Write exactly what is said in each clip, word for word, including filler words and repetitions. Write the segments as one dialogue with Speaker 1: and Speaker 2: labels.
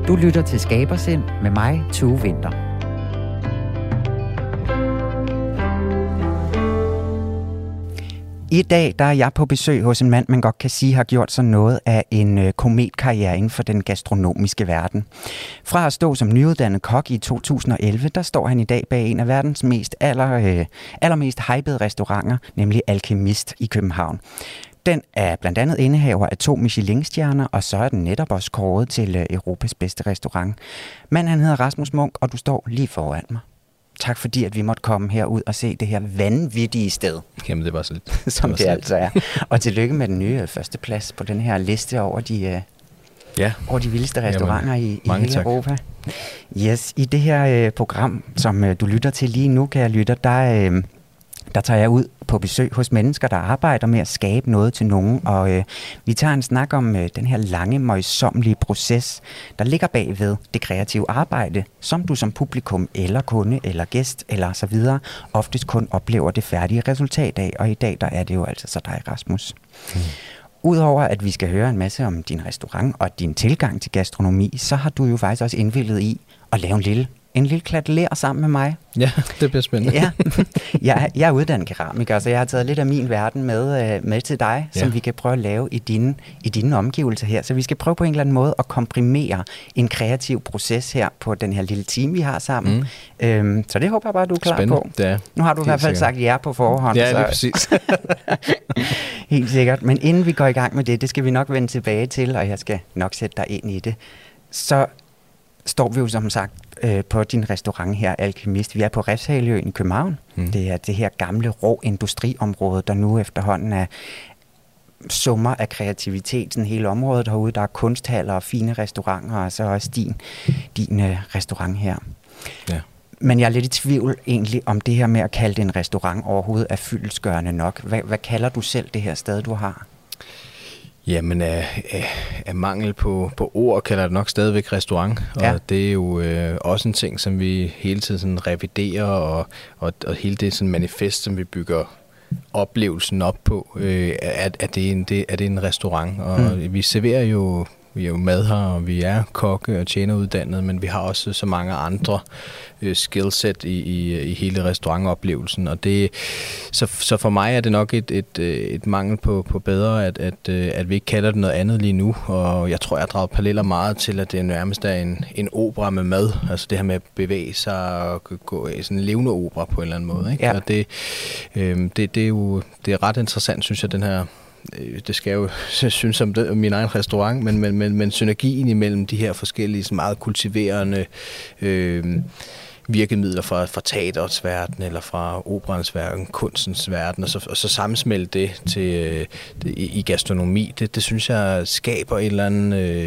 Speaker 1: Du lytter til Skabersind med mig, Tue Winther. I dag der er jeg på besøg hos en mand, man godt kan sige har gjort sig noget af en øh, kometkarriere inden for den gastronomiske verden. Fra at stå som nyuddannet kok i to tusind og elleve, der står han i dag bag en af verdens mest aller, øh, allermest hypede restauranter, nemlig Alkymist i København. Den er blandt andet indehaver af to Michelin-stjerner, og så er den netop også kåret til øh, Europas bedste restaurant. Manden han hedder Rasmus Munch, og du står lige foran mig. Tak fordi, at vi måtte komme herud og se det her vanvittige sted.
Speaker 2: Jamen, det var så lidt.
Speaker 1: Som
Speaker 2: det,
Speaker 1: det
Speaker 2: det
Speaker 1: altså er. Og tillykke med den nye første plads på den her liste over de,
Speaker 2: ja.
Speaker 1: over de vildeste restauranter
Speaker 2: Jamen,
Speaker 1: i, i hele
Speaker 2: tak.
Speaker 1: Europa. Yes, i det her øh, program, som øh, du lytter til lige nu, kære lytter, der, øh, der tager jeg ud på besøg hos mennesker, der arbejder med at skabe noget til nogen. Og øh, vi tager en snak om øh, den her lange, møjsommelige proces, der ligger bagved det kreative arbejde, som du som publikum eller kunde eller gæst eller så videre oftest kun oplever det færdige resultat af. Og i dag der er det jo altså så dig, Rasmus. Hmm. Udover at vi skal høre en masse om din restaurant og din tilgang til gastronomi, så har du jo faktisk også indvildet i at lave en lille En lille klatler sammen med mig.
Speaker 2: Ja, det bliver spændende.
Speaker 1: Ja. Jeg, jeg er uddannet keramiker, så jeg har taget lidt af min verden med, med til dig, ja. Som vi kan prøve at lave i dine, i dine omgivelser her. Så vi skal prøve på en eller anden måde at komprimere en kreativ proces her på den her lille time, vi har sammen. Mm. Øhm, så det håber jeg bare, du er klar
Speaker 2: spændende.
Speaker 1: på.
Speaker 2: Det er.
Speaker 1: Nu har du i hvert fald
Speaker 2: sikkert
Speaker 1: sagt ja på forhånd.
Speaker 2: Ja,
Speaker 1: så.
Speaker 2: det er præcis.
Speaker 1: Helt sikkert. Men inden vi går i gang med det, det skal vi nok vende tilbage til, og jeg skal nok sætte dig ind i det. Så står vi jo som sagt øh, på din restaurant her, Alkymist. Vi er på Refshaleøen i København. Mm. Det er det her gamle rå industriområde, der nu efterhånden er summer af kreativitet. Sådan hele området herude, der er kunsthaller og fine restauranter, og så også din, din øh, restaurant her.
Speaker 2: Ja. Men
Speaker 1: jeg er lidt i tvivl egentlig, om det her med at kalde det en restaurant overhovedet er fyldestgørende nok. Hvad, hvad kalder du selv det her sted, du har?
Speaker 2: Jamen, af, af, af mangel på, på ord kalder det nok stadigvæk restaurant, og ja. Det er jo øh, også en ting, som vi hele tiden sådan reviderer, og, og, og hele det sådan manifest, som vi bygger oplevelsen op på, øh, er, er, det en, det, er det en restaurant, og mm. vi serverer jo Vi er jo mad her, og vi er kokke og tjeneruddannet, men vi har også så mange andre øh, skillset i, i, i hele restaurantoplevelsen. Og det, så, så for mig er det nok et, et, et mangel på, på bedre, at, at, at vi ikke kalder det noget andet lige nu. Og jeg tror, jeg har draget paralleller meget til, at det nærmest er en, en opera med mad. Altså det her med at bevæge sig og gå i sådan en levende opera på en eller anden måde. Ikke?
Speaker 1: Ja.
Speaker 2: Og det, øh, det, det er jo det er ret interessant, synes jeg, den her... Det skal jeg jo synes om det, min egen restaurant, men, men, men, men synergien imellem de her forskellige sådan meget kultiverende øh, virkemidler fra, fra teaterets verden, eller fra operans verden, kunstens verden, og så, og så sammensmelte det til øh, det, i, i gastronomi, det, det synes jeg skaber en eller anden... Øh,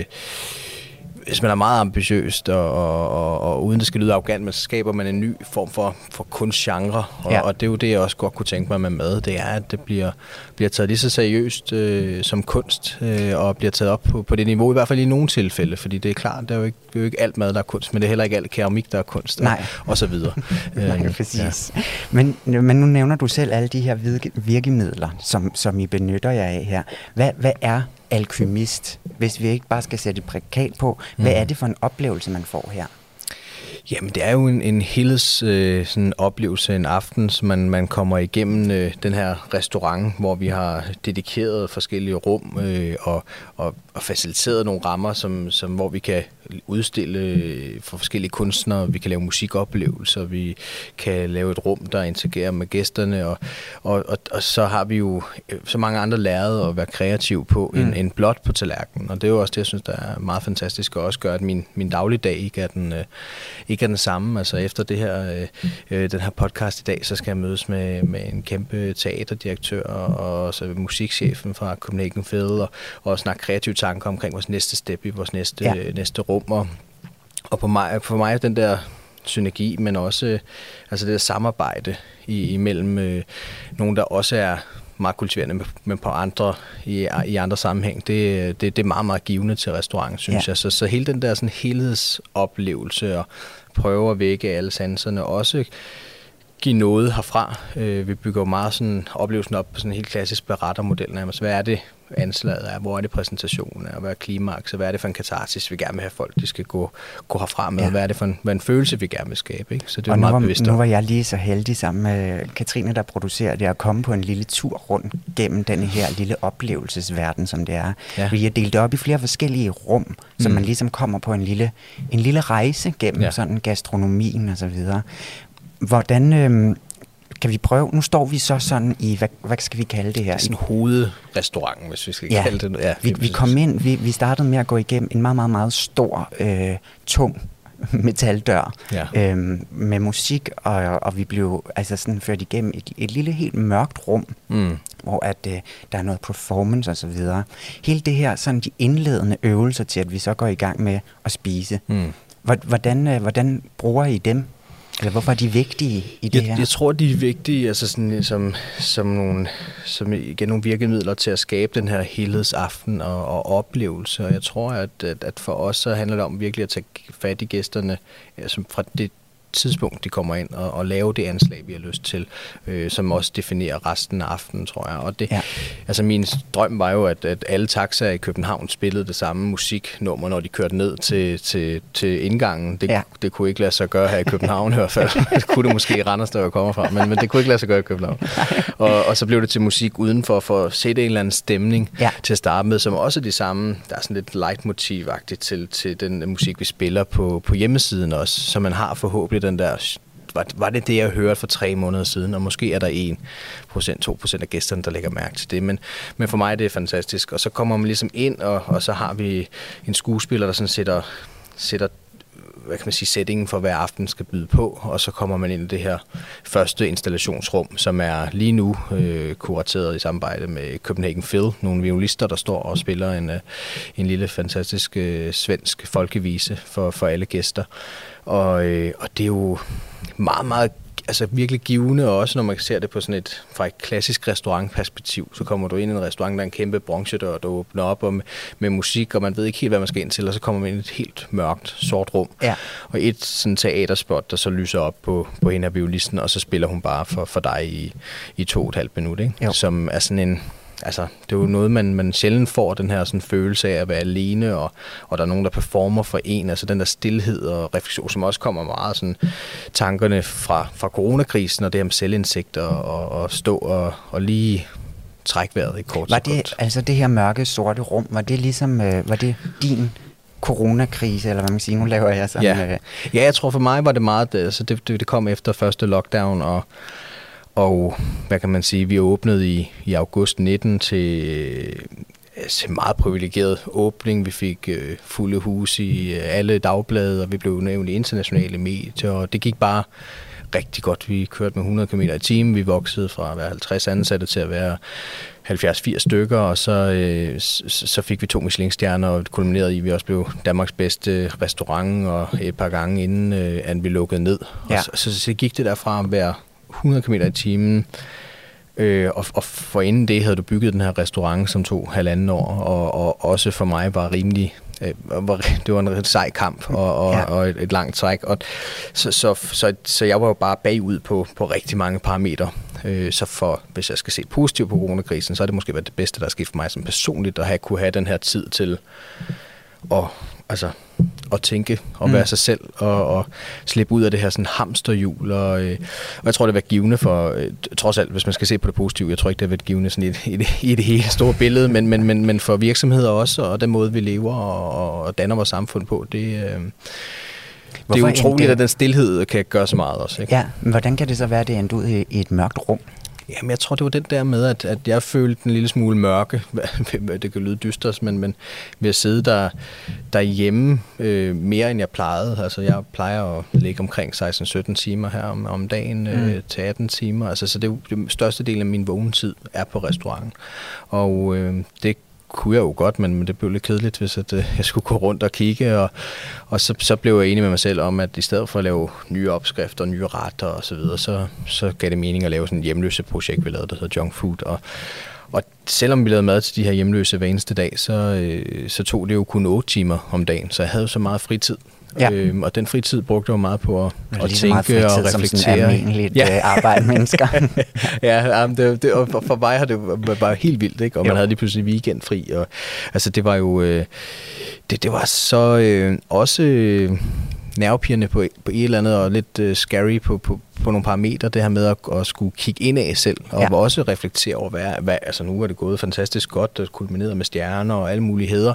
Speaker 2: hvis man er meget ambitiøst, og, og, og, og uden det skal lyde arrogant, men så skaber man en ny form for, for kunstgenre. Og, ja. og det er jo det, jeg også godt kunne tænke mig med mad. Det er, at det bliver, bliver taget lige så seriøst øh, som kunst, øh, og bliver taget op på, på det niveau, i hvert fald i nogle tilfælde. Fordi det er klart, det er jo ikke, det er jo ikke alt mad, der er kunst, men det er heller ikke alt keramik, der er kunst, og, og så videre.
Speaker 1: Nej, præcis. Ja. Men, men nu nævner du selv alle de her virkemidler, som, som I benytter jer af her. Hvad, hvad er Alkymist, hvis vi ikke bare skal sætte et prædikat på? Hvad mm. er det for en oplevelse, man får her?
Speaker 2: Jamen, det er jo en, en helheds øh, sådan oplevelse en aften, så man, man kommer igennem øh, den her restaurant, hvor vi har dedikeret forskellige rum øh, og, og, og faciliteret nogle rammer, som, som, hvor vi kan udstille for forskellige kunstnere, vi kan lave musikoplevelser, vi kan lave et rum, der interagerer med gæsterne, og, og, og, og så har vi jo så mange andre lærreder at være kreativ på, mm. end, end blot på tallerkenen, og det er jo også det, jeg synes, der er meget fantastisk, og også gør, at min, min dagligdag ikke er den, øh, ikke er den samme. Altså efter det her, øh, den her podcast i dag, så skal jeg mødes med, med en kæmpe teaterdirektør og, og så musikchefen fra Copenhagen Phil, og, og snakke kreative tanker omkring vores næste step i vores næste, ja. øh, næste rum. Og, og på mig, for mig er den der synergi, men også øh, altså det der samarbejde i, imellem øh, nogen, der også er meget kultiverende, men på andre i, i andre sammenhæng, det, det, det er meget, meget givende til restauranten, synes ja. jeg. Så, så hele den der sådan helhedsoplevelse og prøve at vække alle sanserne, også give noget herfra. Øh, vi bygger jo meget sådan oplevelsen op på sådan en helt klassisk berettermodel nærmest. Hvad er det, anslaget er, hvor er det præsentationen er, hvad er klimaks, og hvad er det for en katarsis, vi gerne vil have folk, de skal gå, gå herfra med, ja. hvad er det for en, hvad en følelse, vi gerne vil skabe. Ikke? Så det er
Speaker 1: og
Speaker 2: meget
Speaker 1: nu var,
Speaker 2: bevidst.
Speaker 1: Nu var jeg lige så heldig sammen med Katrine, der producerer det, at komme på en lille tur rundt gennem den her lille oplevelsesverden, som det er. Ja. Vi er delt op i flere forskellige rum, så mm. man ligesom kommer på en lille, en lille rejse gennem ja. sådan gastronomien og så videre. Hvordan... Øh, kan vi prøve? Nu står vi så sådan i, hvad, hvad skal vi kalde det her?
Speaker 2: Det er sådan hovedrestauranten, hvis vi skal
Speaker 1: ja,
Speaker 2: kalde det. Ja,
Speaker 1: vi, vi kom ind, vi, vi startede med at gå igennem en meget, meget, meget stor, øh, tung metaldør ja. øh, med musik, og, og vi blev altså sådan ført igennem et, et lille, helt mørkt rum, mm. hvor at, øh, der er noget performance og så videre. Hele det her, sådan de indledende øvelser til, at vi så går i gang med at spise. Mm. Hvordan, øh, hvordan bruger I dem? Eller hvorfor er de vigtige i det
Speaker 2: jeg,
Speaker 1: her?
Speaker 2: Jeg tror, de er vigtige altså sådan, som, som, nogle, som igen, nogle virkemidler til at skabe den her helhedsaften og, og oplevelse. Og jeg tror, at, at, at for os så handler det om virkelig at tage fat i gæsterne altså fra det tidspunkt, de kommer ind og, og lave det anslag, vi har lyst til, øh, som også definerer resten af aftenen, tror jeg. Og det, ja. altså min drøm var jo, at, at alle taxaer i København spillede det samme musiknummer, når de kørte ned til, til, til indgangen. Det, ja. det kunne ikke lade sig gøre her i København i hvert fald. Det kunne det måske i Randers, der jeg kommer fra, men, men det kunne ikke lade sig gøre i København. Og, og så blev det til musik udenfor, for at sætte en eller anden stemning ja. til at starte med, som også er de samme, der er sådan lidt leitmotiv-agtigt til, til den musik, vi spiller på, på hjemmesiden også, så man har forhåbentlig den der, var, var det det, jeg hørte for tre måneder siden, og måske er der en procent, to procent af gæsterne, der lægger mærke til det, men, men for mig er det fantastisk, og så kommer man ligesom ind, og, og så har vi en skuespiller, der sådan sætter, sætter hvad kan man sige, settingen for hver aften skal byde på, og så kommer man ind i det her første installationsrum, som er lige nu øh, kurateret i samarbejde med Copenhagen Phil, nogle violister, der står og spiller en, øh, en lille fantastisk øh, svensk folkevise for, for alle gæster. Og, øh, og det er jo meget, meget altså virkelig givende, og også når man ser det på sådan et, fra et klassisk restaurantperspektiv, så kommer du ind i en restaurant, der er en kæmpe bronzedør, der åbner op og med, med musik, og man ved ikke helt, hvad man skal ind til, og så kommer man ind i et helt mørkt, sort rum. Ja. Og et sådan teaterspot, der så lyser op på, på en af violisten, og så spiller hun bare for, for dig i, i to og et halvt minut, ikke? Som er sådan en... Altså, det er jo noget, man, man sjældent får, den her sådan, følelse af at være alene, og, og der er nogen, der performer for en. Altså den der stilhed og refleksion, som også kommer meget sådan, tankerne fra, fra coronakrisen, og det her med selvindsigt, og, og, og stå og, og lige trække vejret i kort
Speaker 1: var det, altså det her mørke, sorte rum, var det ligesom, øh, var det din coronakrise, eller hvad man siger, nu laver jeg sådan...
Speaker 2: Ja, øh... ja jeg tror for mig var det meget, altså det, det, det kom efter første lockdown, og Og hvad kan man sige, vi åbnede i, i august nitten til, til meget privilegeret åbning. Vi fik øh, fulde hus i alle dagblade, og vi blev nævnt i internationale medier, og det gik bare rigtig godt. Vi kørte med hundrede kilometer i timen. Vi voksede fra at være halvtreds ansatte til at være halvfjerds firs stykker, og så, øh, så fik vi to Michelin-stjerner, og det kulminerede i, at vi også blev Danmarks bedste restaurant, og et par gange inden øh, at vi lukkede ned. Ja. Og så, så, så gik det derfra at være hundrede kilometer i timen, øh, og, og for inden det havde du bygget den her restaurant, som tog halvanden år, og, og også for mig var rimelig, øh, var, det var en sej kamp, og, og, ja. og et, et langt træk, og så, så, så, så jeg var jo bare bagud på, på rigtig mange parametre, øh, så for, hvis jeg skal se positivt på coronakrisen, så er det måske været det bedste, der er sket for mig som personligt, at have, kunne have den her tid til at, altså, at tænke og være mm. sig selv og, og slippe ud af det her sådan hamsterhjul, og, øh, og jeg tror det har været givende for øh, trods alt, hvis man skal se på det positive, jeg tror ikke det har været givende sådan i, det, i, det, i det hele store billede, men, men, men, men for virksomheder også, og den måde vi lever og, og danner vores samfund på, det, øh, det er jo utroligt, at den stilhed kan gøre så meget også, ikke?
Speaker 1: Ja, men hvordan kan det så være, at det endte ud i, i et mørkt rum?
Speaker 2: Jamen, jeg tror, det var den der med, at, at jeg følte en lille smule mørke. Det kan lyde dystert, men, men ved at sidde der, derhjemme øh, mere, end jeg plejede. Altså, jeg plejer at ligge omkring seksten sytten timer her om, om dagen øh, mm. til atten timer. Altså, så det, det største del af min vågentid er på restauranten. Og øh, det kunne jeg jo godt, men, men det blev lidt kedeligt, hvis at, øh, jeg skulle gå rundt og kigge, og, og så, så blev jeg enig med mig selv om, at i stedet for at lave nye opskrifter, nye retter og så videre, så, så gav det mening at lave sådan et hjemløse projekt, vi lavede, der hedder Junk Food, og, og selvom vi lavede mad til de her hjemløse hver eneste dag, så, øh, så tog det jo kun otte timer om dagen, så jeg havde så meget fritid. Ja. Øhm, og den fritid brugte jeg meget på at, at tænke og reflektere. Som sådan
Speaker 1: almindeligt ja. arbejde mennesker.
Speaker 2: ja, det, det, og for mig har det bare helt vildt, ikke? Og jo. Man havde lige pludselig weekendfri. Og, altså det var jo, øh, det, det var så øh, også øh, nervepirrende på, på et eller andet, og lidt øh, scary på, på, på nogle parametre, det her med at, at skulle kigge ind af selv, og ja. også reflektere over, hvad, hvad, altså nu er det gået fantastisk godt, og kulmineret med stjerner og alle muligheder.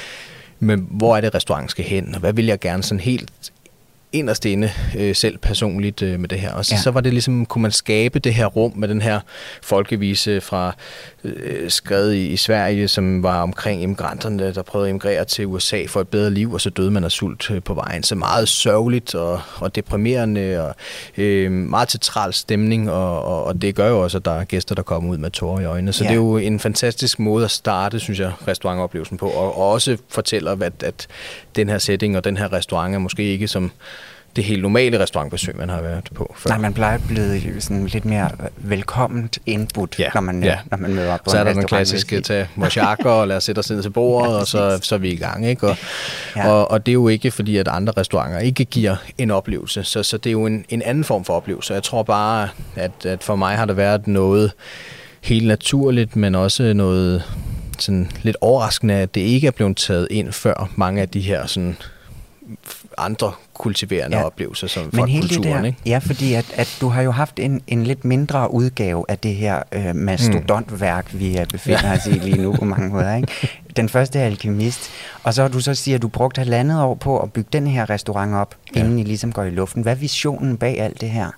Speaker 2: Men hvor er det, restauranten skal hen, og hvad vil jeg gerne sådan helt inderst inde øh, selv personligt øh, med det her. Og så, ja. så var det ligesom, kunne man skabe det her rum med den her folkevise fra øh, skrevet i, i Sverige, som var omkring immigranterne, der prøvede at emigrere til U S A for et bedre liv, og så døde man af sult øh, på vejen. Så meget sørgeligt og, og deprimerende, og øh, meget teatral stemning, og, og, og det gør jo også, at der er gæster, der kommer ud med tårer i øjnene. Så ja. det er jo en fantastisk måde at starte, synes jeg, restaurantoplevelsen på, og, og også fortæller, at, at den her setting og den her restaurant er måske ikke som det helt normale restaurantbesøg, man har været på før.
Speaker 1: Nej, man plejer at blive sådan lidt mere velkomment indbudt, ja. når, man, ja. når man møder op på
Speaker 2: så
Speaker 1: en
Speaker 2: er der den klassiske, tage vores jakker og lad os sætte os ned til bordet, ja, og så, så er vi i gang. Ikke? Og, ja. og, og det er jo ikke fordi, at andre restauranter ikke giver en oplevelse, så, så det er jo en, en anden form for oplevelse. Jeg tror bare, at, at for mig har det været noget helt naturligt, men også noget sådan lidt overraskende, at det ikke er blevet taget ind før mange af de her sådan andre kultiverende ja. oplevelser som fra kulturen, der, ikke?
Speaker 1: Ja, fordi at, at du har jo haft en, en lidt mindre udgave af det her øh, mastodontværk, mm. vi befinder ja. os i lige nu på mange måder, ikke? Den første er Alkymist, og så har du så siger, at du brugte halvandet år på at bygge den her restaurant op, ja. inden I ligesom går i luften. Hvad er visionen bag alt det her?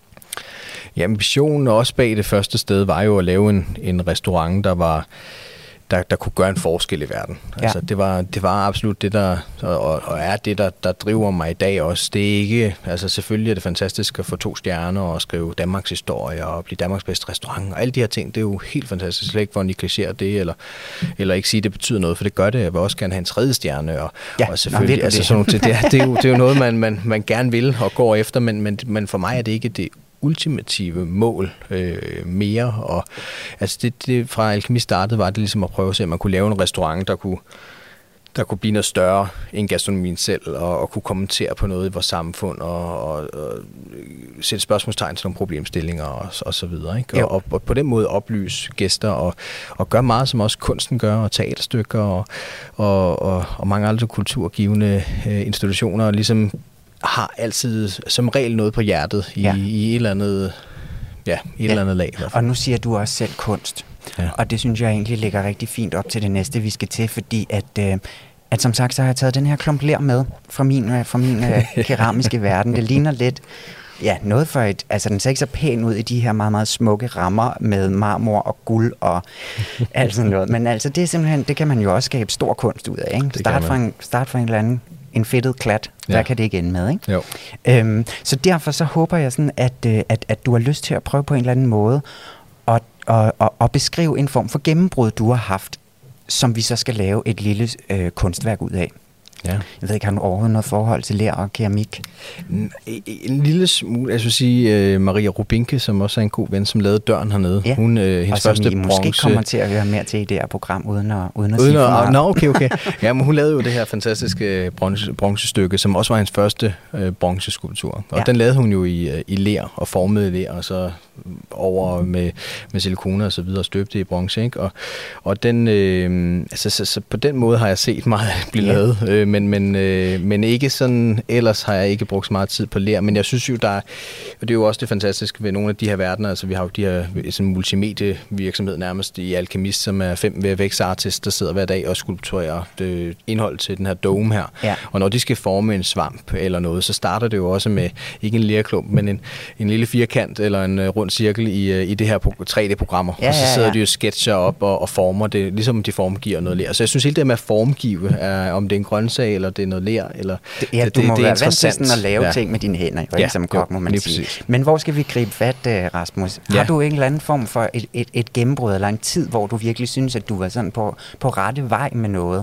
Speaker 2: Jamen, visionen også bag det første sted var jo at lave en, en restaurant, der var Der, der kunne gøre en forskel i verden. Ja. Altså, det var, det var absolut det, der, og, og er det, der, der driver mig i dag også. Det er ikke, altså selvfølgelig er det fantastisk at få to stjerner og skrive Danmarks historie og blive Danmarks bedste restaurant, og alle de her ting, det er jo helt fantastisk. Slet ikke, hvor negligerer det, eller, eller ikke sige, at det betyder noget, for det gør det. Jeg vil også gerne have en tredje stjerne, og, ja, og selvfølgelig, nå, altså, sådan, det, det, er, det, er jo, det er jo noget, man, man, man gerne vil og går efter, men, men, men for mig er det ikke det ultimative mål øh, mere, og altså det, det fra Alkymist startede, var det ligesom at prøve at se, at man kunne lave en restaurant, der kunne der kunne blive noget større end gastronomien selv, og, og kunne kommentere på noget i vores samfund, og, og, og sætte spørgsmålstegn til nogle problemstillinger, og, og så videre, ikke? Og, og, og på den måde oplyse gæster, og, og gøre meget, som også kunsten gør, og teaterstykker, og, og, og, og mange andre kulturgivende øh, institutioner, og ligesom har altid som regel noget på hjertet i, ja. i et eller andet, ja, et ja. eller andet lag.
Speaker 1: Og nu siger du også selv kunst, ja. og det synes jeg egentlig ligger rigtig fint op til det næste, vi skal til, fordi at, øh, at som sagt, så har jeg taget den her klump ler med fra min, fra min øh, keramiske verden. Det ligner lidt, ja, noget for et, altså den ser ikke så pæn ud i de her meget, meget smukke rammer med marmor og guld og alt sådan noget, men altså det er simpelthen, det kan man jo også skabe stor kunst ud af, ikke? Start fra en, start fra en eller anden en fedtet klat. Hvad ja. kan det ikke ende med, ikke?
Speaker 2: Jo.
Speaker 1: Øhm, så derfor så håber jeg sådan, at, at, at du har lyst til at prøve på en eller anden måde at, at, at, at beskrive en form for gennembrud, du har haft, som vi så skal lave et lille øh, kunstværk ud af. Ja. Jeg ved ikke, har du overhovedet noget forhold til ler og keramik?
Speaker 2: En, en lille smule. Jeg skulle sige, uh, Maria Rubinke, som også er en god ven, som lavede døren hernede.
Speaker 1: Ja.
Speaker 2: Hun, uh, hendes
Speaker 1: og som
Speaker 2: første
Speaker 1: I
Speaker 2: bronze...
Speaker 1: måske kommer til at høre mere til i det her program, uden at, uden at
Speaker 2: uden
Speaker 1: sige
Speaker 2: at,
Speaker 1: for meget.
Speaker 2: Nå, okay, okay. Ja, men hun lavede jo det her fantastiske bronze, bronzestykke, som også var hendes første uh, bronzeskulptur. Og ja. den lavede hun jo i, uh, i ler og formede ler, og så over med, med silikone og så videre, støbte i bronze, ikke? Og, og den, øh, altså, så, så på den måde har jeg set meget blive yeah. lavet, øh, men, men, øh, men ikke sådan, ellers har jeg ikke brugt så meget tid på ler, men jeg synes jo, der er, og det er jo også det fantastiske ved nogle af de her verdener, altså vi har jo de her sådan multimedievirksomhed nærmest i Alkymist, som er fem V F X-artister, der sidder hver dag og skulpturerer det indhold til den her dome her, yeah. og når de skal forme en svamp eller noget, så starter det jo også med, ikke en lerklump, men en, en lille firkant eller en rund cirkel i, i det her tre D-programmer, ja, og så sidder ja, ja. de jo sketcher op og, og former det, ligesom de formgiver noget ler. Så jeg synes hele det med at formgive, er, om det er en grøntsag, eller det er noget ler, eller
Speaker 1: det, ja,
Speaker 2: det,
Speaker 1: du må
Speaker 2: det, det
Speaker 1: være
Speaker 2: er
Speaker 1: vant til sådan at lave ja. ting med dine hænder, jo, ja, som kok, må man sige. Præcis. Men hvor skal vi gribe fat, Rasmus? Ja. Har du en eller anden form for et, et, et gennembrud, eller en tid, hvor du virkelig synes, at du var sådan på, på rette vej med noget?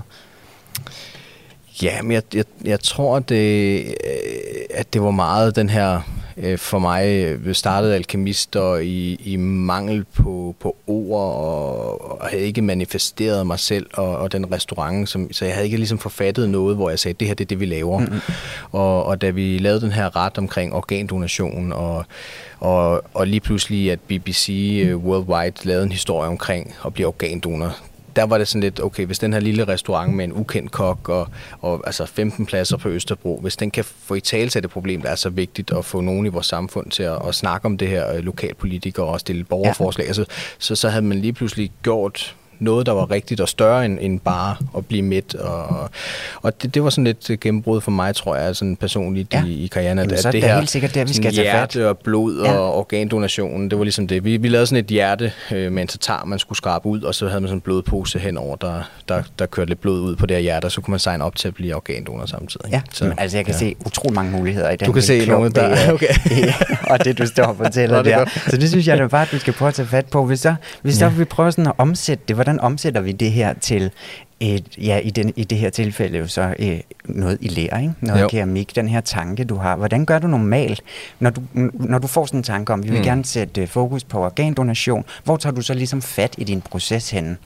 Speaker 2: Ja, men jeg, jeg, jeg tror, det, at det var meget den her øh, for mig startede alkemister i, i mangel på, på ord, og, og havde ikke manifesteret mig selv og, og den restaurant, som, så jeg havde ikke ligesom forfattet noget, hvor jeg sagde, det her det er det, vi laver. Mm-hmm. Og, og da vi lavede den her ret omkring organdonation, og, og, og lige pludselig, at B B C Worldwide lavede en historie omkring at blive organdonor, der var det sådan lidt, okay, hvis den her lille restaurant med en ukendt kok og, og altså femten pladser på Østerbro, hvis den kan få i tale til det problem, der er så vigtigt at få nogen i vores samfund til at, at snakke om det her, lokalpolitikere og stille borgerforslag, ja. altså, så, så havde man lige pludselig gjort noget, der var rigtigt og større end, end bare at blive mæt. Og, og det, det var sådan lidt gennembrud for mig, tror jeg, sådan personligt ja. i, i karrieren. At,
Speaker 1: så er det,
Speaker 2: det her
Speaker 1: helt sikkert der, vi skal tage fat.
Speaker 2: Hjerte og blod ja. og organdonation, det var ligesom det. Vi, vi lavede sådan et hjerte øh, med en tatar, man skulle skrabe ud, og så havde man sådan en blodpose henover, der, der, der kørte lidt blod ud på det her hjerte, og så kunne man signe op til at blive organdonor samtidig.
Speaker 1: Ja,
Speaker 2: så,
Speaker 1: altså jeg kan ja. se utrolig mange muligheder i den.
Speaker 2: Du kan se noget der. Okay.
Speaker 1: Og det, du står og fortæller der. Så det synes jeg, det bare, at du skal prøve at tage fat på. Hvis så, hvis ja. så vi prøver sådan at omsætte det, hvordan omsætter vi det her til et, ja, i, den, i det her tilfælde jo så eh, noget i ler, ikke? Noget jo. keramik, den her tanke, du har. Hvordan gør du normalt, når du, når du får sådan en tanke om, vi vil mm. gerne sætte fokus på organdonation, hvor tager du så ligesom fat i din proces henne?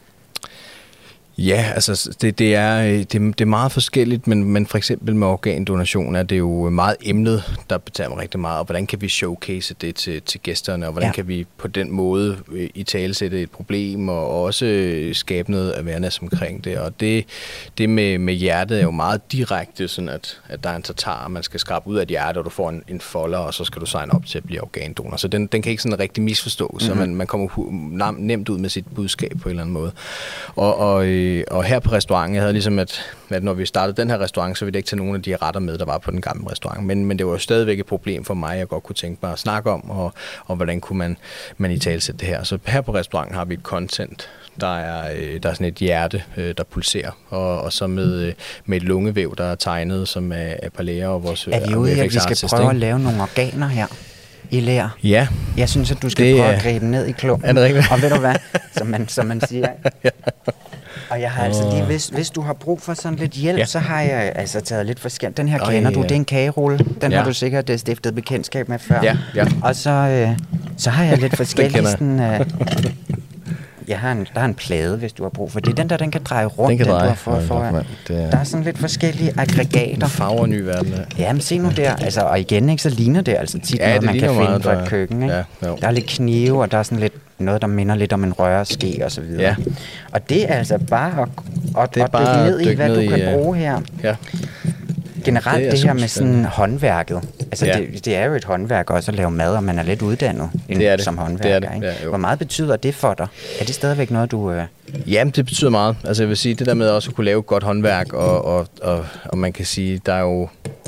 Speaker 2: Ja, altså det, det, er, det, det er meget forskelligt, men, men for eksempel med organdonation er det jo meget emnet, der betager mig rigtig meget, og hvordan kan vi showcase det til, til gæsterne, og hvordan ja. kan vi på den måde i tale sætte et problem, og også skabe noget awareness omkring det, og det, det med, med hjertet er jo meget direkte, sådan at, at der er en tatar, man skal skrabe ud af et hjerte, og du får en, en folder, og så skal du signe op til at blive organdonor, så den, den kan ikke sådan rigtig misforstås, mm-hmm. så man, man kommer nemt ud med sit budskab på en eller anden måde, og, og Og her på restauranten, jeg havde ligesom, at, at når vi startede den her restaurant, så ville det ikke tage nogen af de retter med, der var på den gamle restaurant. Men, men det var jo stadigvæk et problem for mig, jeg godt kunne tænke mig at snakke om, og, og hvordan kunne man, man i tale sætte det her. Så her på restauranten har vi et content, der er, der er sådan et hjerte, der pulserer, og, og så med, med et lungevæv, der er tegnet, som er, er par læger og vores...
Speaker 1: Er vi ude i, at vi skal prøve at lave nogle organer her? I lær.
Speaker 2: Ja.
Speaker 1: Jeg synes, at du skal
Speaker 2: det,
Speaker 1: prøve at gribe ned i klumpen.
Speaker 2: Er det rigtigt?
Speaker 1: Og ved du hvad, som man, som man siger. Ja. Og jeg har altså lige, hvis, hvis du har brug for sådan lidt hjælp, ja. så har jeg altså taget lidt forskelligt. Den her kender Øj, du, det er en kagerulle. Den ja. har du sikkert stiftet bekendtskab med før.
Speaker 2: Ja, ja.
Speaker 1: Og så, øh, så har jeg lidt forskellige sådan... Øh, jeg har en, der er en plade, hvis du har brug for det. Den der, den kan dreje rundt.
Speaker 2: Den kan
Speaker 1: den,
Speaker 2: dreje.
Speaker 1: Du har fået for, er... Der er sådan lidt forskellige aggregater.
Speaker 2: Farver ny verden. Ja.
Speaker 1: Jamen se nu der. Altså, og igen, ikke, så ligner det altså tit ja, noget, man kan finde meget, fra et køkken. Ikke? Ja, der er lidt knive, og der er sådan lidt noget, der minder lidt om en rørske og så videre. Ja. Og det er altså bare at, at, at dykke ned i, hvad ned du kan i, bruge her. Ja. Generelt det, det her med sådan håndværket. Altså ja. det, det er jo et håndværk også at lave mad, og man er lidt uddannet det er det. som håndværker. Det er det. Ja, hvor meget betyder det for dig? Er det stadigvæk noget, du... Øh...
Speaker 2: Jamen, det betyder meget. Altså jeg vil sige, det der med også at kunne lave godt håndværk, og, og, og, og man kan sige, der er jo,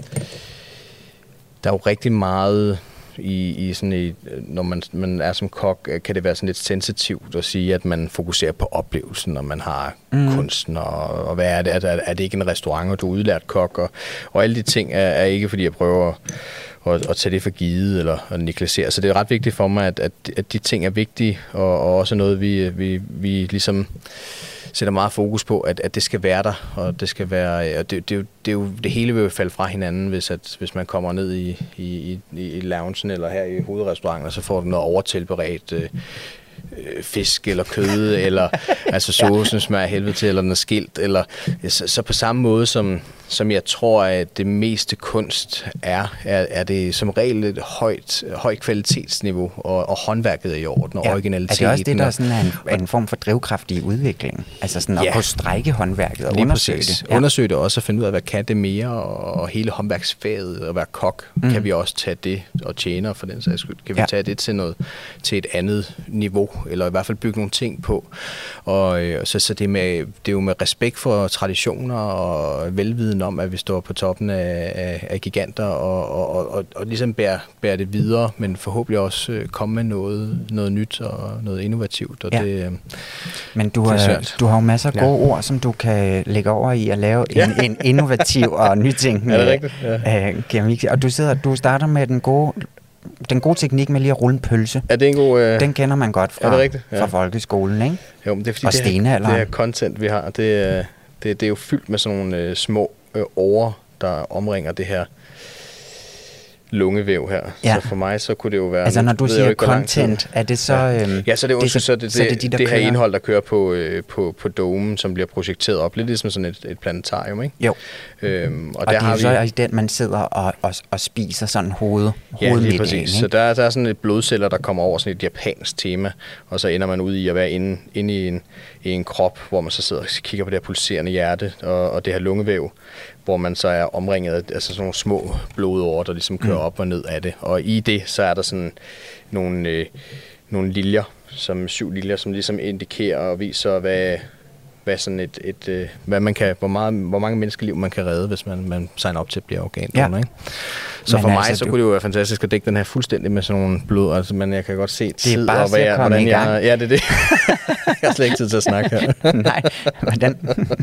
Speaker 2: der er jo rigtig meget... I, i sådan et, når man, man er som kok, kan det være sådan lidt sensitivt at sige, at man fokuserer på oplevelsen, når man har mm. kunsten, og, og hvad er det? Er, er det ikke en restaurant, og du er udlært kok? Og, og alle de ting er, er ikke, fordi jeg prøver at, at, at tage det for givet, eller at negligere. Så det er ret vigtigt for mig, at, at, at de ting er vigtige, og, og også noget, vi, vi, vi ligesom... sætter meget fokus på, at, at det skal være der, og det skal være, og det, det, det, er jo, det hele vil jo falde fra hinanden, hvis, at, hvis man kommer ned i, i, i loungen eller her i hovedrestauranten, og så får du noget overtilberedt øh, fisk eller kød, eller altså saucen smager helvede til, eller den er skilt, eller så, så på samme måde som, som jeg tror, at det meste kunst er, er, er det som regel et højt, højt kvalitetsniveau, og, og håndværket er i orden, og ja. originaliteten.
Speaker 1: Er det også det, der er sådan en, en form for drivkraft i udviklingen? Altså sådan at ja. kunne strække håndværket og
Speaker 2: lige
Speaker 1: undersøge
Speaker 2: præcis.
Speaker 1: det?
Speaker 2: Ja. Undersøge det også, og finde ud af, hvad kan det mere, og, og hele håndværksfaget, og være kok, mm. kan vi også tage det, og tjener for den sags skyld, kan vi ja. tage det til, noget, til et andet niveau, eller i hvert fald bygge nogle ting på. Og øh, så, så det, med, det er jo med respekt for traditioner, og velviden om, at vi står på toppen af, af, af giganter, og, og, og, og ligesom bære, bære det videre, men forhåbentlig også øh, komme med noget, noget nyt og noget innovativt. Og ja. det, øh,
Speaker 1: men du, det er du har jo masser af gode ja. ord, som du kan lægge over i at lave ja. en, en innovativ og nytænkende
Speaker 2: ja, det er ja.
Speaker 1: øh, keramik. Og du, sidder, du starter med den gode... Den gode teknik med lige at rulle en pølse,
Speaker 2: er det en god, øh...
Speaker 1: den kender man godt fra, ja. fra folkeskolen, ikke?
Speaker 2: Jo, men det er fordi,
Speaker 1: og
Speaker 2: det, her,
Speaker 1: det
Speaker 2: her content, vi har, det, det, det er jo fyldt med sådan nogle øh, små øh, årer, der omringer det her. lungevæv her. Ja. Så for mig, så kunne det jo være...
Speaker 1: Altså når du siger
Speaker 2: ikke,
Speaker 1: content, er det så...
Speaker 2: Ja,
Speaker 1: øhm,
Speaker 2: ja så det er, det, så, så det,
Speaker 1: så det,
Speaker 2: det,
Speaker 1: de, der
Speaker 2: det her
Speaker 1: kører.
Speaker 2: indhold, der kører på, øh, på, på domen, som bliver projekteret op. Lidt ligesom sådan et, et planetarium, ikke?
Speaker 1: Jo.
Speaker 2: Øhm, og,
Speaker 1: og
Speaker 2: der
Speaker 1: det er
Speaker 2: har
Speaker 1: jo
Speaker 2: vi...
Speaker 1: så i den, man sidder og, og, og spiser sådan hoved,
Speaker 2: Ja, lige præcis.
Speaker 1: Ikke?
Speaker 2: Så der, der er sådan et blodceller, der kommer over sådan et japansk tema, og så ender man ud i at være inde, inde i, en, i en krop, hvor man så sidder og kigger på det her pulserende hjerte og, og det her lungevæv, hvor man så er omringet af altså sådan nogle små blodårer, der ligesom kører mm. op og ned af det. Og i det, så er der sådan nogle, øh, nogle liljer, som syv liljer, som ligesom indikerer og viser, hvad, hvad sådan et, et øh, hvad man kan, hvor meget, hvor mange menneskeliv man kan redde, hvis man, man signer op til at blive organdonor, ja. Ikke? Så men for altså, mig, så du... kunne det jo være fantastisk at dække den her fuldstændig med sådan nogle blod, altså, men jeg kan godt se tid og hvad jeg, hvordan jeg... Ja, det er det. Jeg har slet ikke tid til at snakke her.
Speaker 1: Nej, men den...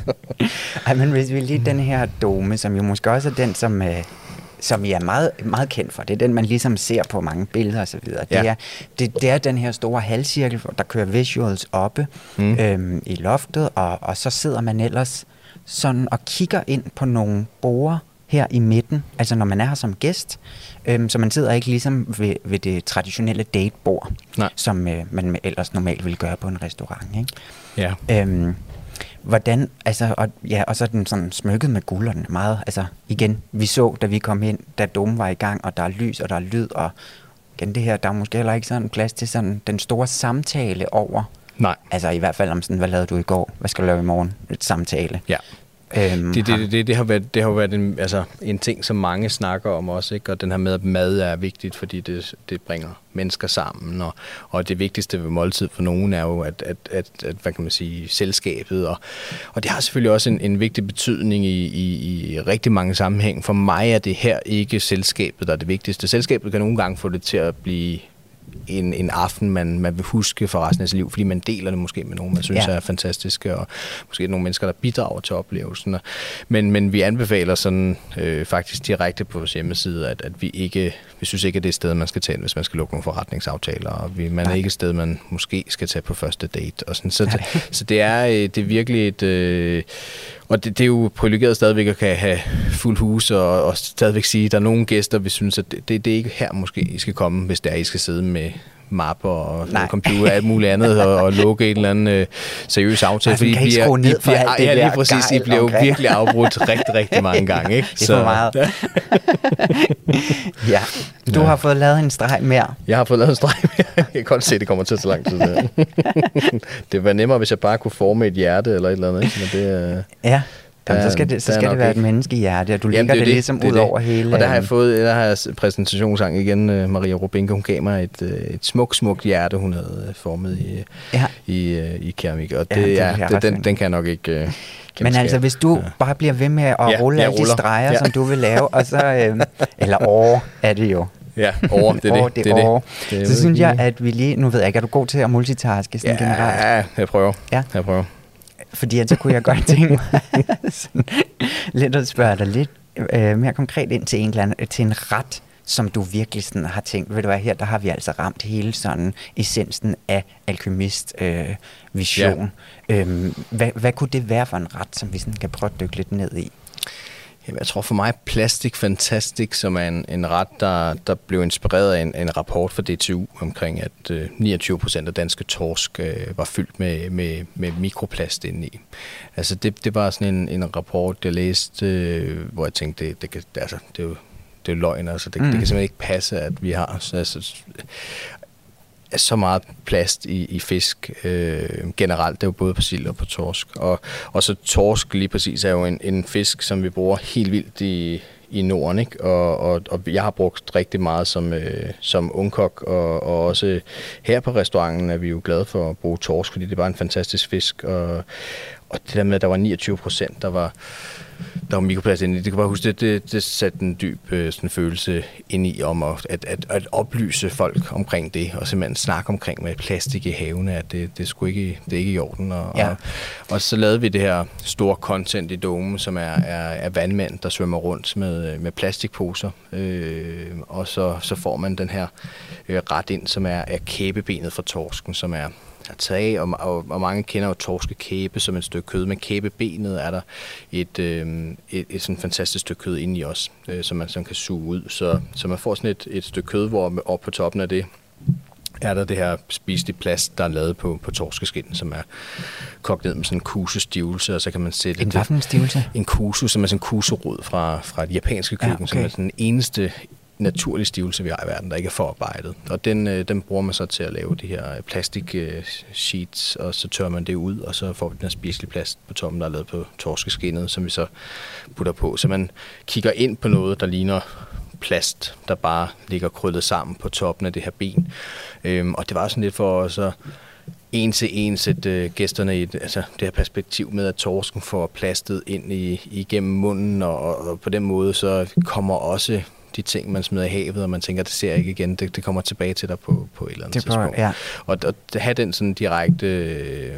Speaker 1: Ej, men hvis vi lige den her dome, som jo måske også er den, som... Øh... som I er meget, meget kendt for. Det er den, man ligesom ser på mange billeder og så videre. Ja. Det, er, det, det er den her store halvcirkel, der kører visuals oppe mm. øhm, i loftet, og, og så sidder man ellers sådan og kigger ind på nogle borde her i midten, altså når man er her som gæst, øhm, så man sidder ikke ligesom ved, ved det traditionelle datebord, Nej. som øh, man ellers normalt ville gøre på en restaurant, ikke?
Speaker 2: Ja.
Speaker 1: Øhm, Hvordan, altså, og, ja, og så er den sådan smykket med guld, og den er meget, altså igen, vi så, da vi kom ind, da domen var i gang, og der er lys, og der er lyd, og igen det her, der er måske heller ikke sådan plads til sådan den store samtale over.
Speaker 2: Nej.
Speaker 1: Altså i hvert fald om sådan, hvad lavede du i går, hvad skal du lave i morgen, et samtale.
Speaker 2: Ja. Øhm, det, det, det, det har været, det har været en, altså, en ting, som mange snakker om også, ikke? Og den her med, at mad er vigtigt, fordi det, det bringer mennesker sammen, og, og det vigtigste ved måltid for nogen er jo, at, at, at, at hvad kan man sige, selskabet, og, og det har selvfølgelig også en, en vigtig betydning i, i, i rigtig mange sammenhæng. For mig er det her ikke selskabet, der er det vigtigste. Selskabet kan nogle gange få det til at blive En, en aften, man, man vil huske for resten af sit liv, fordi man deler det måske med nogen, man synes ja. er fantastiske, og måske nogle mennesker, der bidrager til oplevelsen. Men, men vi anbefaler sådan øh, faktisk direkte på vores hjemmeside, at, at vi ikke, vi synes ikke, at det er et sted, man skal tage, hvis man skal lukke nogle forretningsaftaler, og vi, man Nej. er ikke et sted, man måske skal tage på første date. Og sådan. Så, ja. det, så det er, det er virkelig et... Øh, Og det, det er jo privilegeret stadigvæk at kan have fuld hus og, og stadigvæk sige, at der er nogle gæster, vi synes, at det, det, det er ikke her måske, I skal komme, hvis der I skal sidde med mapper og computer og alt muligt andet og, og lukke en eller anden øh, seriøs aftale.
Speaker 1: Altså, fordi I bliver, ned I bliver, alt det
Speaker 2: ja, lige
Speaker 1: der
Speaker 2: præcis, I bliver jo
Speaker 1: omkring.
Speaker 2: virkelig afbrudt rigtig, rigtig mange gange. Ikke?
Speaker 1: Det er for meget. Ja, du ja. har fået lavet en streg mere.
Speaker 2: Jeg har fået lavet en streg mere. Jeg kan godt se, at det kommer til så lang tid. Der. Det var nemmere, hvis jeg bare kunne forme et hjerte eller et eller andet. Ikke? Men det, øh,
Speaker 1: ja. Jamen, så skal det, så skal det være ikke. et menneskehjerte, og du lægger det, det ligesom det, ud det. over hele...
Speaker 2: Og der har jeg fået, der har jeg præsentationssang igen, Maria Rubinke, hun gav mig et, et smukt, smukt hjerte, hun havde formet i, ja. i, i keramik, og det, ja, det, ja, det, den, den kan jeg nok ikke... Uh,
Speaker 1: Men altså, hvis du ja. bare bliver ved med at ja, rulle alle de streger, ja. som du vil lave, og så... Øh, eller år er det jo.
Speaker 2: Ja, over, det er det.
Speaker 1: År, det, det, er det. det. Så synes jeg, at vi lige... Nu ved jeg ikke, er du god til at multitaske sådan
Speaker 2: ja,
Speaker 1: generelt?
Speaker 2: Ja, jeg prøver. Ja. Jeg prøver.
Speaker 1: Fordi så kunne jeg godt tænke mig lidt at spørge dig lidt øh, mere konkret ind til en, eller anden, til en ret, som du virkelig sådan har tænkt, ved du hvad, her der har vi altså ramt hele sådan essensen af alkymist øh, vision. Ja. Øhm, hvad, hvad kunne det være for en ret, som vi sådan kan prøve at dykke lidt ned i?
Speaker 2: Jamen, jeg tror for mig Plastic Fantastic, som er en, en ret, der, der blev inspireret af en, en rapport fra D T U omkring, at øh, niogtyve procent af danske torsk øh, var fyldt med, med, med mikroplast indeni. Altså det, det var sådan en, en rapport, jeg læste, øh, hvor jeg tænkte, det, det, kan, altså, det er jo det er løgn, altså det, mm. det kan simpelthen ikke passe, at vi har... Altså, så meget plast i, i fisk øh, generelt. Det er jo både på sild og på torsk. Og, og så torsk lige præcis er jo en, en fisk, som vi bruger helt vildt i, i Norden. Ikke? Og, og, og jeg har brugt rigtig meget som, øh, som ungkok, og, og også her på restauranten er vi jo glade for at bruge torsk, fordi det er bare en fantastisk fisk. Og, og det der med, at der var niogtyve procent, der var... Der var mikroplast inde i. Det kan bare huske, det, det, det satte en dyb øh, sådan følelse ind i om at, at, at, at oplyse folk omkring det, og simpelthen snakke omkring med plastik i havene, at det, det, sgu ikke, det er ikke i orden. Og, ja. og, og så lavede vi det her store content i domen, som er, er, er vandmænd, der svømmer rundt med, med plastikposer, øh, og så, så får man den her øh, ret ind, som er, er kæbebenet fra torsken, som er er taget af, og, og, og mange kender jo torskekæbe som et stykke kød. Men kæbebenet er der et, øh, et, et sådan fantastisk stykke kød inde i os, øh, som man sådan kan suge ud. Så, så man får sådan et, et stykke kød, hvor oppe på toppen af det er der det her spiselige plast, der er lavet på, på torskeskinden, som er kogt ned med sådan en kusestivelse, og så kan man sætte...
Speaker 1: En hvad for en stivelse?
Speaker 2: En kusu, som er sådan en kuserod fra, fra det japanske køkken, ja, okay. Som er sådan den eneste naturlige stivelse, vi har i verden, der ikke er forarbejdet. Og den, øh, den bruger man så til at lave de her plastik øh, sheets, og så tørrer man det ud, og så får vi den her spiselige plast på toppen, der er lavet på torskeskindet, som vi så putter på. Så man kigger ind på noget, der ligner plast, der bare ligger krøllet sammen på toppen af det her ben. Øhm, og det var sådan lidt for at så en til en sætte øh, gæsterne i et, altså det her perspektiv med, at torsken får plastet ind i, igennem munden, og, og på den måde så kommer også de ting, man smider i havet, og man tænker, det ser jeg ikke igen, det, det kommer tilbage til dig på, på et eller andet
Speaker 1: det
Speaker 2: tidspunkt.
Speaker 1: Ja.
Speaker 2: Og at have den sådan direkte øh,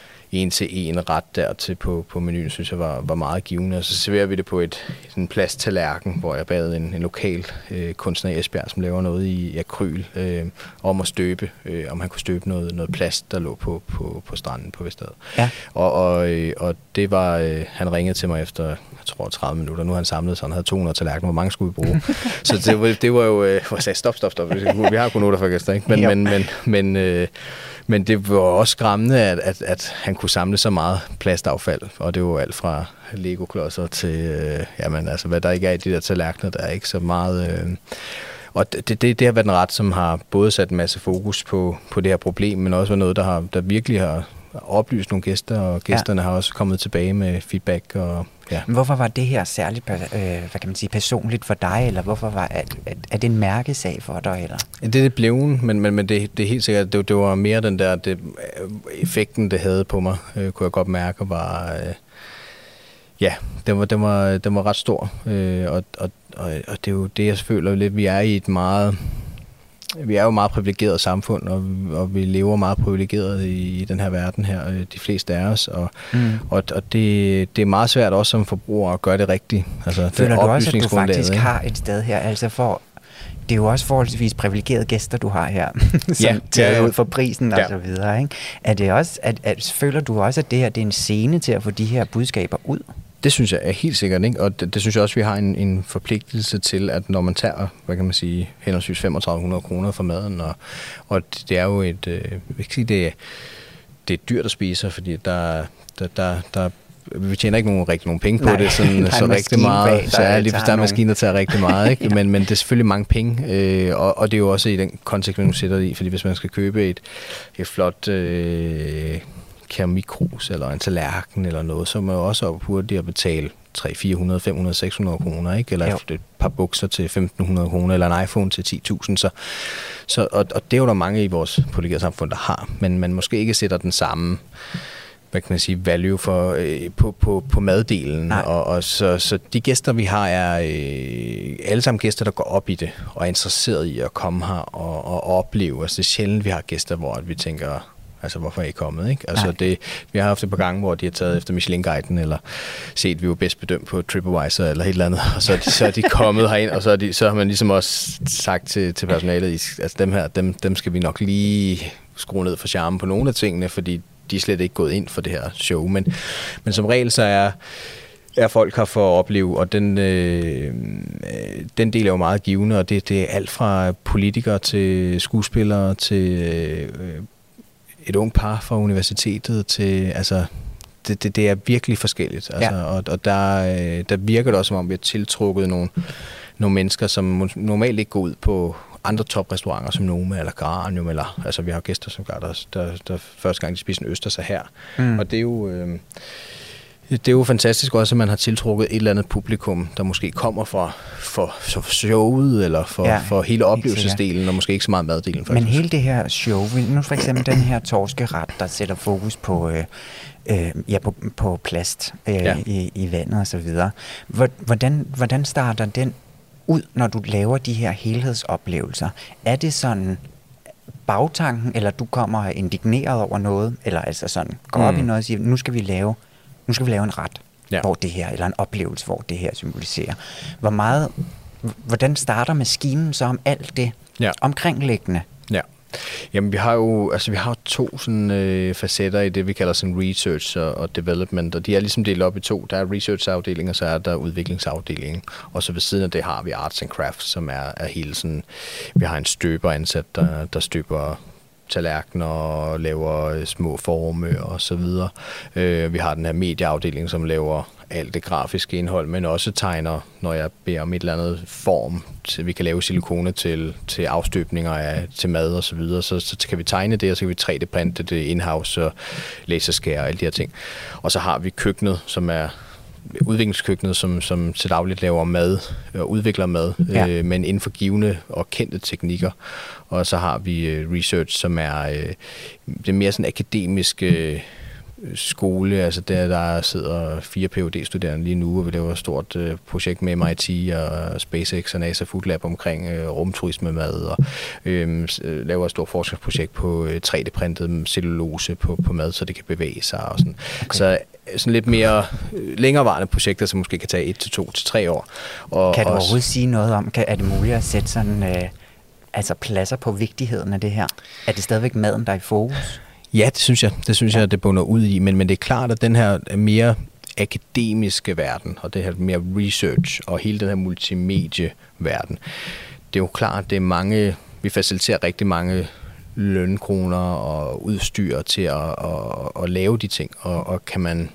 Speaker 2: en til en ret der til på, på menuen, synes jeg var, var meget givende. Og så serverer vi det på et sådan en plasttallerken, hvor jeg bad en, en lokal øh, kunstner i Esbjerg, som laver noget i akryl, øh, om at støbe, øh, om han kunne støbe noget, noget plast, der lå på, på, på stranden på Vesteråret. Ja. Og, og, øh, og det var, øh, han ringede til mig efter, jeg tror tredive minutter, nu har han samlet, så han havde to hundrede tallerkener, hvor mange skulle vi bruge? Så det var, det var jo, øh, hvor jeg sagde, stop, stop, stop, vi har kun noter for gæster, ikke? Men, men, men, men øh, Men det var også skræmmende, at, at, at han kunne samle så meget plastaffald, og det var alt fra Lego-klodser til, øh, jamen altså, hvad der ikke er i de der tallerkener, der er ikke så meget. Øh, og det, det, det har været en ret, som har både sat en masse fokus på, på det her problem, men også været noget, der, har, der virkelig har oplyst nogle gæster, og gæsterne ja. har også kommet tilbage med feedback. Og, ja.
Speaker 1: Men hvorfor var det her særligt øh, hvad kan man sige, personligt for dig, eller hvorfor var at, at, er det en mærkesag for dig? Eller?
Speaker 2: Det er det blevet, men, men, men det, det er helt sikkert, det, det var mere den der det, effekten, det havde på mig, øh, kunne jeg godt mærke, var, øh, ja, den var, den var, den var ret stor, øh, og, og, og, og det er jo det, jeg føler lidt, vi er i et meget... Vi er jo meget privilegeret samfund, og, og vi lever meget privilegeret i, i den her verden her, de fleste af os, og, mm. og, og det, det er meget svært også som forbruger at gøre det rigtigt. Altså,
Speaker 1: føler
Speaker 2: det
Speaker 1: du også, at du faktisk
Speaker 2: ikke?
Speaker 1: har et sted her, altså for, det er jo også forholdsvis privilegerede gæster, du har her, som
Speaker 2: ja,
Speaker 1: tager
Speaker 2: ja,
Speaker 1: ud for prisen og ja. så videre, ikke? Er det også, at, at, føler du også, at det her det er en scene til at få de her budskaber ud? Det
Speaker 2: synes jeg er helt sikkert, ikke? Og det, det synes jeg også, vi har en, en forpligtelse til, at når man tager, hvad kan man sige, henholdsvis femogtredive hundrede kroner for maden, og, og det er jo et, øh, jeg vil ikke sige, det er, det er dyrt at spise, fordi der, der, der, der vi tjener ikke nogen, rigtig nogen penge på nej, det, sådan, så rigtig meget, bag, så er lige, der er maskiner, der tager rigtig meget, ikke? ja. men, men det er selvfølgelig mange penge, øh, og, og det er jo også i den kontekst, man nu sætter det i, fordi hvis man skal købe et, et flot... Øh, keramikkrus eller en tallerken eller noget, så er man jo også op hurtigt at betale tre hundrede, fire hundrede, fem hundrede, seks hundrede kroner, ikke? Eller jo. et par bukser til femten hundrede kroner, eller en iPhone til ti tusind. Så, så, og, og det er jo der mange i vores privilegerede samfund, der har, men man måske ikke sætter den samme, hvad kan man sige, value for, øh, på, på, på maddelen. Og, og så, så de gæster, vi har, er øh, alle sammen gæster, der går op i det, og er interesseret i at komme her og, og opleve. Altså det er sjældent, vi har gæster, hvor vi tænker... Altså, hvorfor er I kommet, ikke? Altså, det, vi har haft et par gange, hvor de har taget efter Michelin-guiden, eller set, at vi var bedst bedømt på TripAdvisor, eller et eller andet, og så er de, så er de kommet herind, og så, er de, så har man ligesom også sagt til, til personalet, altså dem her, dem, dem skal vi nok lige skrue ned for charmen på nogle af tingene, fordi de er slet ikke gået ind for det her show. Men, men som regel, så er er folk her for at opleve, og den, øh, den del er jo meget givende, og det, det er alt fra politikere til skuespillere til... Øh, et ung par fra universitetet til, altså, det, det, det er virkelig forskelligt. Altså, ja. Og, og der, der virker det også, som om vi har tiltrukket nogle, nogle mennesker, som normalt ikke går ud på andre toprestauranter, som Noma eller Granium, eller, altså vi har gæster, som gør der, der, der første gang de spiser en østers her. Mm. Og det er jo... Øh, Det er jo fantastisk også, at man har tiltrukket et eller andet publikum, der måske kommer fra for, for showet, eller for, ja, for hele oplevelsesdelen, og måske ikke så meget maddelen.
Speaker 1: Men hele det her show, nu for eksempel den her torskeret, der sætter fokus på, øh, øh, ja, på, på plast øh, ja. i, i vandet og så videre. Hvordan, hvordan starter den ud, når du laver de her helhedsoplevelser? Er det sådan bagtanken, eller du kommer indigneret over noget, eller altså sådan går op mm. i noget og siger, nu skal vi lave Nu skal vi lave en ret, ja. hvor det her, eller en oplevelse, hvor det her symboliserer. Hvor meget, hvordan starter maskinen så om alt det ja. omkringliggende?
Speaker 2: Ja. Jamen, vi har jo altså, vi har to sådan, øh, facetter i det, vi kalder sådan research og, og development, og de er ligesom delt op i to. Der er research-afdelingen, og så er der udviklingsafdelingen. Og så ved siden af det har vi arts and crafts, som er, er hele sådan... Vi har en støber ansat, der, der støber tallerkener og laver små forme og så videre. Øh, vi har den her medieafdeling, som laver alt det grafiske indhold, men også tegner, når jeg beder om et eller andet form, så vi kan lave silikone til, til afstøbninger af, til mad og så videre, så, så kan vi tegne det, og så kan vi tre D-printe det in-house og laserskære og alle de her ting. Og så har vi køkkenet, som er udviklingskøkkenet, som, som til dagligt laver mad og udvikler mad, ja. øh, men inden for givne og kendte teknikker. Og så har vi øh, research, som er øh, det er mere sådan akademisk øh, skole, altså der, der sidder fire P H D-studerende lige nu, og vi laver et stort øh, projekt med M I T og SpaceX og NASA Food Lab omkring øh, rumturisme mad, og øh, laver et stort forskningsprojekt på øh, tre D-printet cellulose på, på mad, så det kan bevæge sig og sådan. Okay. Så sådan lidt mere øh, længerevarende projekter, som måske kan tage et til to til tre år. Og,
Speaker 1: kan du
Speaker 2: og,
Speaker 1: overhovedet sige noget om, kan, er det muligt at sætte sådan øh, altså pladser på vigtigheden af det her? Er det stadigvæk maden, der er i fokus?
Speaker 2: Ja, det synes jeg. Det synes ja. jeg, det bunder ud i. Men, men det er klart, at den her mere akademiske verden, og det her mere research, og hele den her multimedieverden, det er jo klart, det er mange, vi faciliterer rigtig mange lønkroner og udstyr til at, at, at lave de ting. Og, og kan man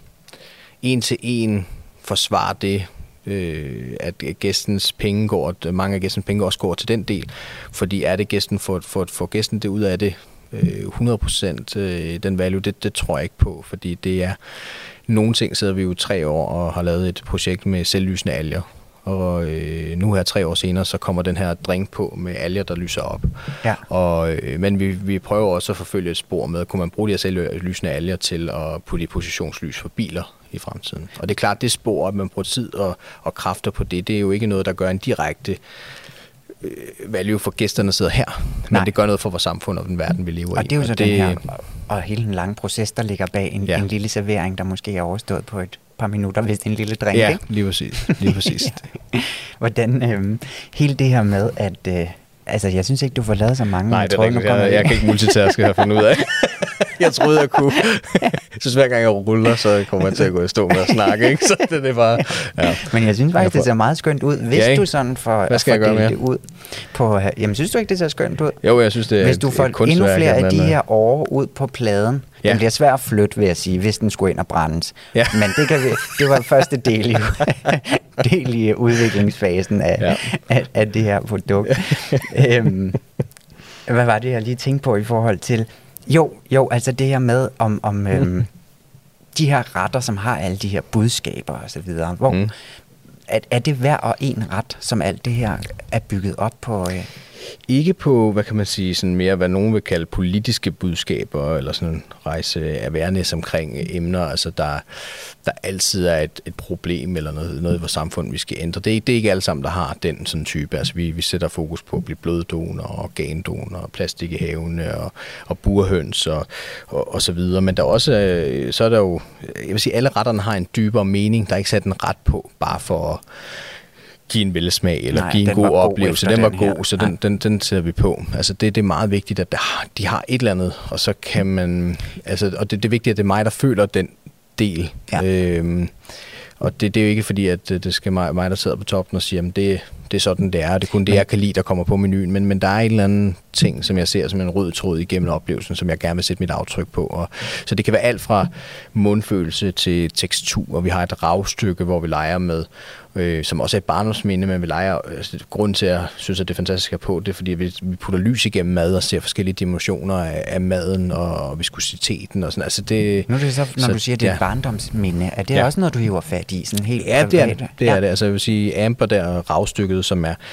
Speaker 2: en til en forsvare det, øh, at gæstens penge går, at mange af gæstens penge også går til den del, fordi er det gæsten, får, får, får gæsten det ud af det, hundrede procent den value, det, det tror jeg ikke på, fordi det er nogle ting, sidder vi jo tre år og har lavet et projekt med selvlysende alger, og øh, nu her tre år senere, så kommer den her drink på med alger, der lyser op. Ja. Og, øh, men vi, vi prøver også at forfølge et spor med, kunne man bruge de her selvlysende alger til at putte i positionslys for biler i fremtiden. Og det er klart, det spor, at man bruger tid og, og kræfter på det, det er jo ikke noget, der gør en direkte value for gæsterne, der sidder her, men Nej. det gør noget for vores samfund og den verden, vi lever i.
Speaker 1: Og det er jo så det, den her, og hele den lange proces, der ligger bag en, ja. en lille servering, der måske er overstået på et par minutter, hvis det er en lille drink,
Speaker 2: ja,
Speaker 1: ikke?
Speaker 2: lige præcis. Lige præcis.
Speaker 1: ja. Hvordan, øh, hele det her med, at, øh, altså jeg synes ikke, du får lavet så mange.
Speaker 2: Nej, det er rigtigt. Jeg, jeg kan ikke multitaske her finde ud af. Jeg troede, jeg kunne. Så hver gang jeg ruller, så kommer jeg til at gå i stå med at snakke, ikke? Så det er bare... Ja.
Speaker 1: Men jeg synes faktisk, det ser meget skønt ud. Hvis ja, du sådan får
Speaker 2: Hvad skal jeg gøre med
Speaker 1: det ud på... Jamen, synes du ikke, det ser skønt ud?
Speaker 2: Jo, jeg synes, det er
Speaker 1: Hvis du får endnu flere af de her årer ud på pladen, ja. Den bliver svær at flytte, vil jeg sige, hvis den skulle ind og brændes. Ja. Men det, kan vi, det var første del i, del i udviklingsfasen af, ja. af, af det her produkt. øhm, hvad var det, jeg lige tænkte på i forhold til... Jo, jo, altså det her med om, om mm. øhm, de her retter, som har alle de her budskaber og så videre. Hvor, mm. er, er det hver og en ret, som alt det her er bygget op på? Øh?
Speaker 2: Ikke på, hvad kan man sige, sådan mere, hvad nogen vil kalde politiske budskaber, eller sådan en rejse awareness omkring emner, altså der, der altid er et, et problem, eller noget, noget i vores samfund, vi skal ændre. Det er, det er ikke alle sammen, der har den sådan type. Altså vi, vi sætter fokus på at blive bloddonor, organdonor, plastik i havene, og, og burhøns, og, og, og så videre. Men der er også, så er der jo, jeg vil sige, alle retterne har en dybere mening. Der er ikke sat en ret på, bare for at give en velsmag, eller Nej, give en god oplevelse. Den var den god, så den, den, den sætter vi på. Altså det, det er meget vigtigt, at der, de har et eller andet, og så kan man, altså, og det, det er vigtigt, at det er mig, der føler den del. Ja. Øhm, og det, det er jo ikke fordi, at det skal mig, mig der sidder på toppen og siger, at det, det er sådan, det er, det er kun det, jeg kan lide, der kommer på menuen, men, men der er en eller anden ting, som jeg ser som en rød tråd igennem oplevelsen, som jeg gerne vil sætte mit aftryk på. Og, så det kan være alt fra mundfølelse til tekstur, og vi har et ravstykke, hvor vi leger med, øh, som også er et barndomsminde, men vi leger, altså, grunden til, at jeg synes, at det er fantastisk at på, det er, fordi vi, vi putter lys igennem mad og ser forskellige dimensioner af, af maden og, og viskositeten og sådan. Altså det,
Speaker 1: nu er det så, når så, du siger, at det er ja. et barndomsminde, er det ja. også noget, du hiver fat i? Sådan helt
Speaker 2: ja, det er det. det, er ja. det. Altså, jeg vil sige, Amber der, ravstykket, som er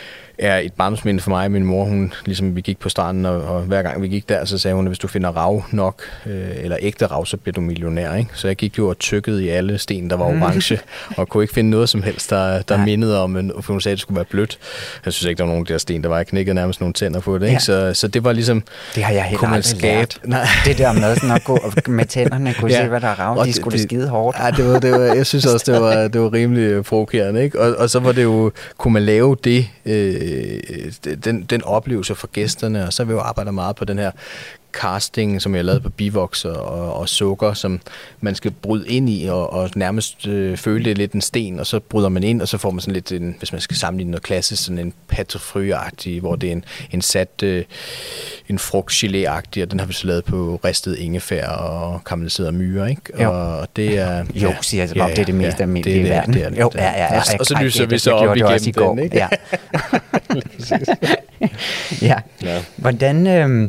Speaker 2: er et barndomsminde for mig. Min mor, hun, ligesom vi gik på stranden, og, og hver gang vi gik der, så sagde hun, at hvis du finder rav nok, øh, eller ægte rav, så bliver du millionær, ikke? Så jeg gik jo og tykkede i alle sten, der var orange, og kunne ikke finde noget som helst, der, der mindede om, en, for hun sagde, at det skulle være blødt. Jeg synes ikke, der var nogen af de der sten, der var. Jeg knækkede nærmest nogle tænder på det, ikke? Ja. Så, så det var ligesom...
Speaker 1: Det har jeg helt aldrig lært. Nej. Det der med sådan at gå med tænderne, kunne ja. se, hvad der er rav, de skulle det, skide hårdt.
Speaker 2: Ja, det var, det var, jeg synes også, det var, det var rimelig provokerende, ikke? Og, og så var det jo, kunne man lave det, øh, øh, den, den oplevelse for gæsterne, og så har vi jo arbejdet meget på den her casting, som jeg har lavet på bivoks og, og sukker, som man skal bryde ind i og, og nærmest øh, føle det lidt en sten, og så bryder man ind, og så får man sådan lidt, en, hvis man skal sammenligne noget klassisk, sådan en pâte feuille-agtig, hvor det er en, en sat, øh, en frugt-gelé-agtig, og den har vi så lavet på ristet ingefær og karamelliserede myrer, ikke?
Speaker 1: Jo.
Speaker 2: Og det er...
Speaker 1: Jo, ja, siger jeg, ja, ja, det er det mest ja, almindelige i verden.
Speaker 2: Det er det.
Speaker 1: Jo, ja, ja, ja.
Speaker 2: Og, og så lyser vi så op igennem den, ikke?
Speaker 1: Ja. ja. ja. Hvordan... Øh,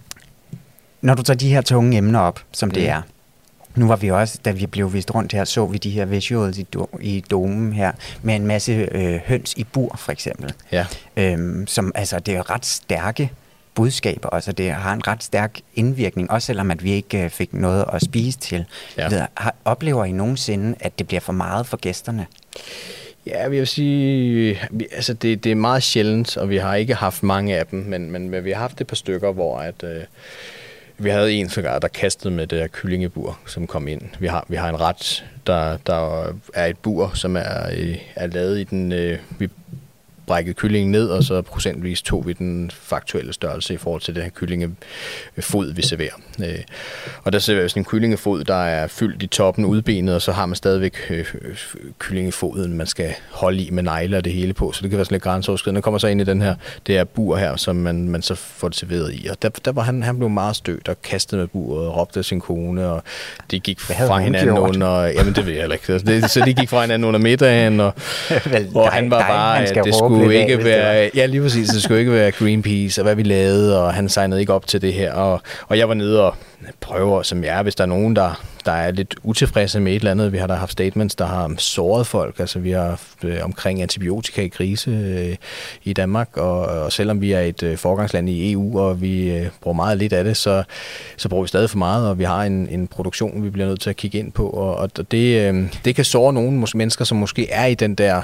Speaker 1: Når du tager de her tunge emner op, som det mm. er, nu var vi også, da vi blev vist rundt her, så vi de her visuals i, do, i domen her, med en masse øh, høns i bur, for eksempel. Ja. Øhm, som, altså, det er ret stærke budskaber, altså det har en ret stærk indvirkning, også selvom at vi ikke øh, fik noget at spise til. Ja. Ved, har, oplever I nogensinde, at det bliver for meget for gæsterne?
Speaker 2: Ja, jeg vil sige, vi, altså det, det er meget sjældent, og vi har ikke haft mange af dem, men, men vi har haft et par stykker, hvor at... Øh, Vi havde en, der kastede med det der kyllingebur, som kom ind. Vi har, vi har en ret, der, der er et bur, som er, er lavet i den... Øh, vi brækkede kyllingen ned, og så procentvis tog vi den faktuelle størrelse i forhold til det her kyllingefod, vi serverer. Øh, og der serverer vi sådan en kyllingefod, der er fyldt i toppen, udbenet, og så har man stadigvæk øh, kyllingefoden, man skal holde i med negle og det hele på, så det kan være sådan lidt grænseoverskridende. Der kommer så ind i den her, det her bur her, som man, man så får det serveret i. Og der, der var han, han blev meget stødt og kastede med buret og råbte af sin kone, og de gik fra hinanden gjort? under... Jamen, det ved jeg heller ikke. Det, så de gik fra hinanden under middagen, og,
Speaker 1: Vel,
Speaker 2: og
Speaker 1: dig,
Speaker 2: han var
Speaker 1: dig,
Speaker 2: bare...
Speaker 1: Han
Speaker 2: det skulle skulle ikke være, ja lige præcis, det skulle ikke være Greenpeace og hvad vi lavede, og han signede ikke op til det her, og, og jeg var nede og prøver, som jeg er, hvis der er nogen, der, der er lidt utilfredse med et eller andet. Vi har da haft statements, der har såret folk, altså vi har haft øh, omkring antibiotika i grise øh, i Danmark, og, og selvom vi er et øh, foregangsland i E U, og vi øh, bruger meget lidt af det, så, så bruger vi stadig for meget, og vi har en, en produktion, vi bliver nødt til at kigge ind på, og, og det, øh, det kan såre nogle måske, mennesker, som måske er i den der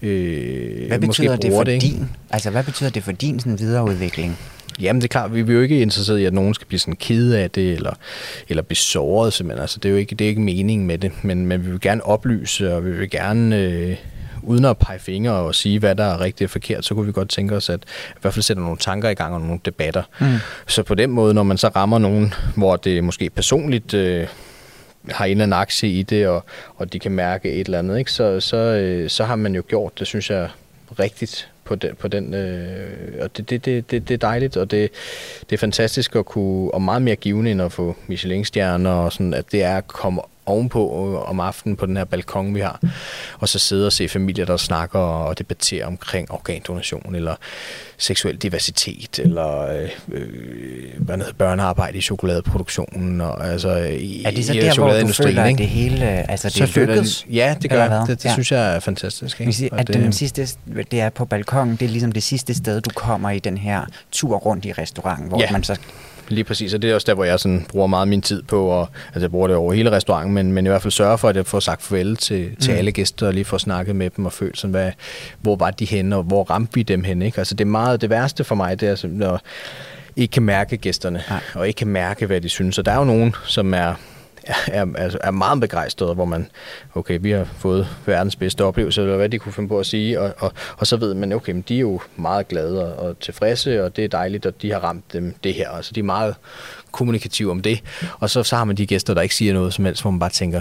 Speaker 2: Øh,
Speaker 1: hvad betyder det for
Speaker 2: det,
Speaker 1: din? Altså, hvad betyder det for din sådan, videreudvikling?
Speaker 2: Jamen, det er klart, vi er jo ikke interesseret i, at nogen skal blive sådan ked af det, eller, eller blive såret, simpelthen. Altså, det er jo ikke, det er ikke meningen med det, men, men vi vil gerne oplyse, og vi vil gerne, øh, uden at pege fingre og sige, hvad der er rigtigt og forkert, så kunne vi godt tænke os, at i hvert fald sætter nogle tanker i gang og nogle debatter. Mm. Så på den måde, når man så rammer nogen, hvor det måske personligt... Øh, har en eller anden aktie i det, og, og de kan mærke et eller andet, ikke? Så, så, øh, så har man jo gjort det, synes jeg, rigtigt på den, på den øh, og det, det, det, det, det er dejligt, og det, det er fantastisk at kunne, og meget mere givende end at få Michelin-stjerner, og sådan, at det er at komme ovenpå om aftenen på den her balkon, vi har, og så sidde og se familier, der snakker og debatterer omkring organdonation, eller seksuel diversitet, eller øh, hvad hedder, børnearbejde i chokoladeproduktionen, og altså i,
Speaker 1: er det så
Speaker 2: i
Speaker 1: der, hvor du føler,
Speaker 2: ikke?
Speaker 1: at det hele, altså det
Speaker 2: så
Speaker 1: lykkes?
Speaker 2: Ja, det gør det. Det, det ja. synes jeg er fantastisk. Ikke?
Speaker 1: Sige, at det, den sidste, det er på balkongen, det er ligesom det sidste sted, du kommer i den her tur rundt i restauranten, hvor
Speaker 2: ja.
Speaker 1: man så...
Speaker 2: Lige præcis, og det er også der, hvor jeg sådan bruger meget min tid på, og, altså jeg bruger det over hele restauranten, men, men i hvert fald sørger for, at jeg får sagt farvel til, til mm. alle gæster, og lige får snakket med dem og følt sådan, hvad, hvor var de henne, og hvor ramte vi dem henne, ikke? Altså det er meget, det værste for mig, det er sådan, at ikke kan mærke gæsterne, Nej. og ikke kan mærke, hvad de synes, og der er jo nogen, som er Er, er, er meget begejstret, hvor man, okay, vi har fået verdens bedste oplevelse, eller hvad de kunne finde på at sige, og, og, og så ved man, okay, men de er jo meget glade og, og tilfredse, og det er dejligt, at de har ramt dem det her, altså de er meget kommunikative om det, og så, så har man de gæster, der ikke siger noget som helst, hvor man bare tænker,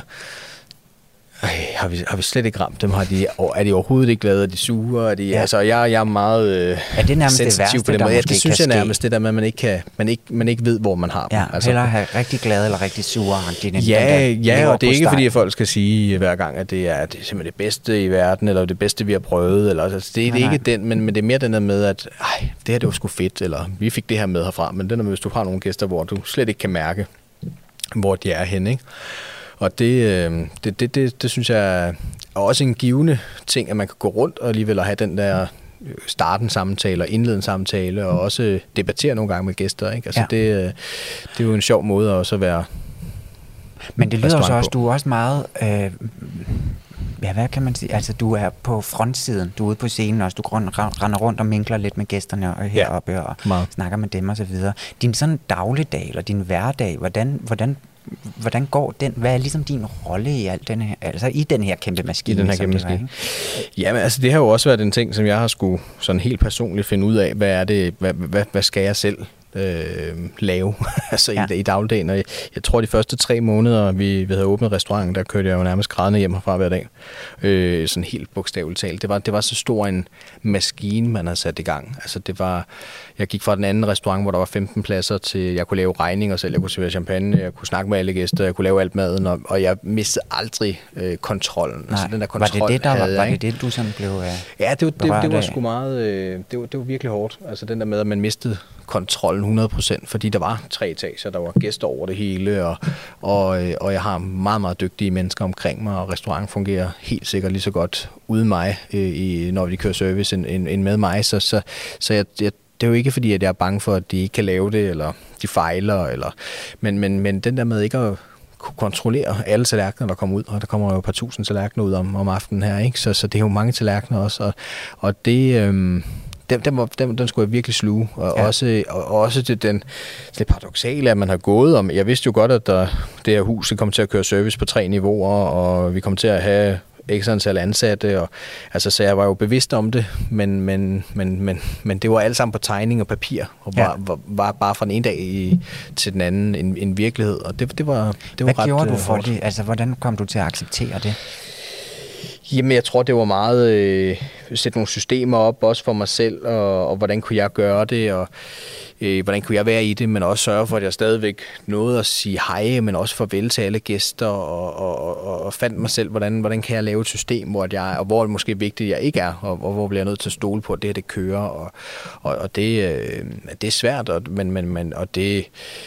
Speaker 2: Ej, har, vi, har vi slet ikke ramt dem? Har de, er de overhovedet ikke glade? Er de sure? Er de, ja. Altså, jeg, jeg er meget øh,
Speaker 1: er det nærmest det værste,
Speaker 2: på den måde. Ja, det synes jeg nærmest,
Speaker 1: ske.
Speaker 2: det der med, at man ikke, kan, man, ikke, man ikke ved, hvor man har dem.
Speaker 1: Ja,
Speaker 2: altså,
Speaker 1: heller have rigtig glade eller rigtig sure.
Speaker 2: De, ja, ja og det er ikke fordi, at folk skal sige hver gang, at det er, det er simpelthen det bedste i verden, eller det bedste, vi har prøvet. Eller, altså, det er nej, ikke nej. den, men, men det er mere den der med, at ej, det her det var sgu fedt, eller vi fik det her med herfra. Men den der med, hvis du har nogle gæster, hvor du slet ikke kan mærke, hvor de er henne, ikke? Og det, det, det, det, det synes jeg er også en givende ting, at man kan gå rundt og alligevel have den der starten samtale og indleden samtale, og også debattere nogle gange med gæster. Ikke? Altså ja. det, det er jo en sjov måde også at være.
Speaker 1: Men det lyder så også, du er også meget... Øh, ja, hvad kan man sige? Altså, du er på frontsiden, du er ude på scenen også, du render rundt og minkler lidt med gæsterne og heroppe ja, og meget. snakker med dem og så videre. Din sådan dagligdag eller din hverdag, hvordan, hvordan hvordan går den? Hvad er ligesom din rolle i alt den her, altså i den her kæmpe maskine?
Speaker 2: I den her kæmpe maskine. Jamen, altså det har jo også været en ting, som jeg har skulle sådan helt personligt finde ud af, hvad er det, hvad, hvad, hvad skal jeg selv øh, lave altså ja. i, i dagligdagen. Og jeg, jeg tror, de første tre måneder, vi, vi havde åbnet restauranten, der kørte jeg jo nærmest grædende hjem herfra hver dag. Øh, sådan helt bogstaveligt talt. Det var, det var så stor en maskine, man havde sat i gang. Altså det var, jeg gik fra den anden restaurant, hvor der var femten pladser, til jeg kunne lave regninger selv, jeg kunne servere champagne, jeg kunne snakke med alle gæster, jeg kunne lave alt maden, og, og jeg mistede aldrig øh, kontrollen.
Speaker 1: Altså, den der kontrol, var det det, der havde, var, var det det, du sådan blev øh,
Speaker 2: Ja, det, det, det, det var sgu meget, øh, det, var, det var virkelig hårdt. Altså den der med, at man mistede kontrollen hundrede procent, fordi der var tre etager, der var gæster over det hele, og, og, og jeg har meget, meget dygtige mennesker omkring mig, og restauranten fungerer helt sikkert lige så godt uden mig, øh, i, når de kører service, end, end, end med mig. Så, så, så jeg, jeg, det er jo ikke fordi, at jeg er bange for, at de ikke kan lave det, eller de fejler, eller, men, men, men den der med ikke at kunne kontrollere alle tallerkener, der kommer ud, og der kommer jo et par tusind tallerkener ud om, om aftenen her, ikke? Så, så det er jo mange tallerkener også, og, og det... Øh, Den, den, den, den skulle jeg virkelig sluge, og ja. også, og også det, den, det paradoksale, at man har gået om. Jeg vidste jo godt, at der, det her hus kommer til at køre service på tre niveauer, og vi kommer til at have x antal ansatte, og, altså, så jeg var jo bevidst om det, men, men, men, men, men det var alt sammen på tegning og papir, og var, ja. var, var bare fra den ene dag i, til den anden en, en virkelighed, og det, det var, det var
Speaker 1: Hvad
Speaker 2: ret
Speaker 1: gjorde du for
Speaker 2: hårdt.
Speaker 1: det? Altså, hvordan kom du til at acceptere det?
Speaker 2: Jamen, jeg tror, det var meget øh, sætte nogle systemer op, også for mig selv, og, og hvordan kunne jeg gøre det, og øh, hvordan kunne jeg være i det, men også sørge for, at jeg stadigvæk nåede at sige hej, men også farvel til alle gæster, og, og, og, og fandt mig selv, hvordan, hvordan kan jeg lave et system, hvor jeg, og hvor det måske er vigtigt, at jeg ikke er, og, og hvor bliver jeg nødt til at stole på, at det her, det kører, og, og, og det, øh, det er svært, og, men, men, men, og det...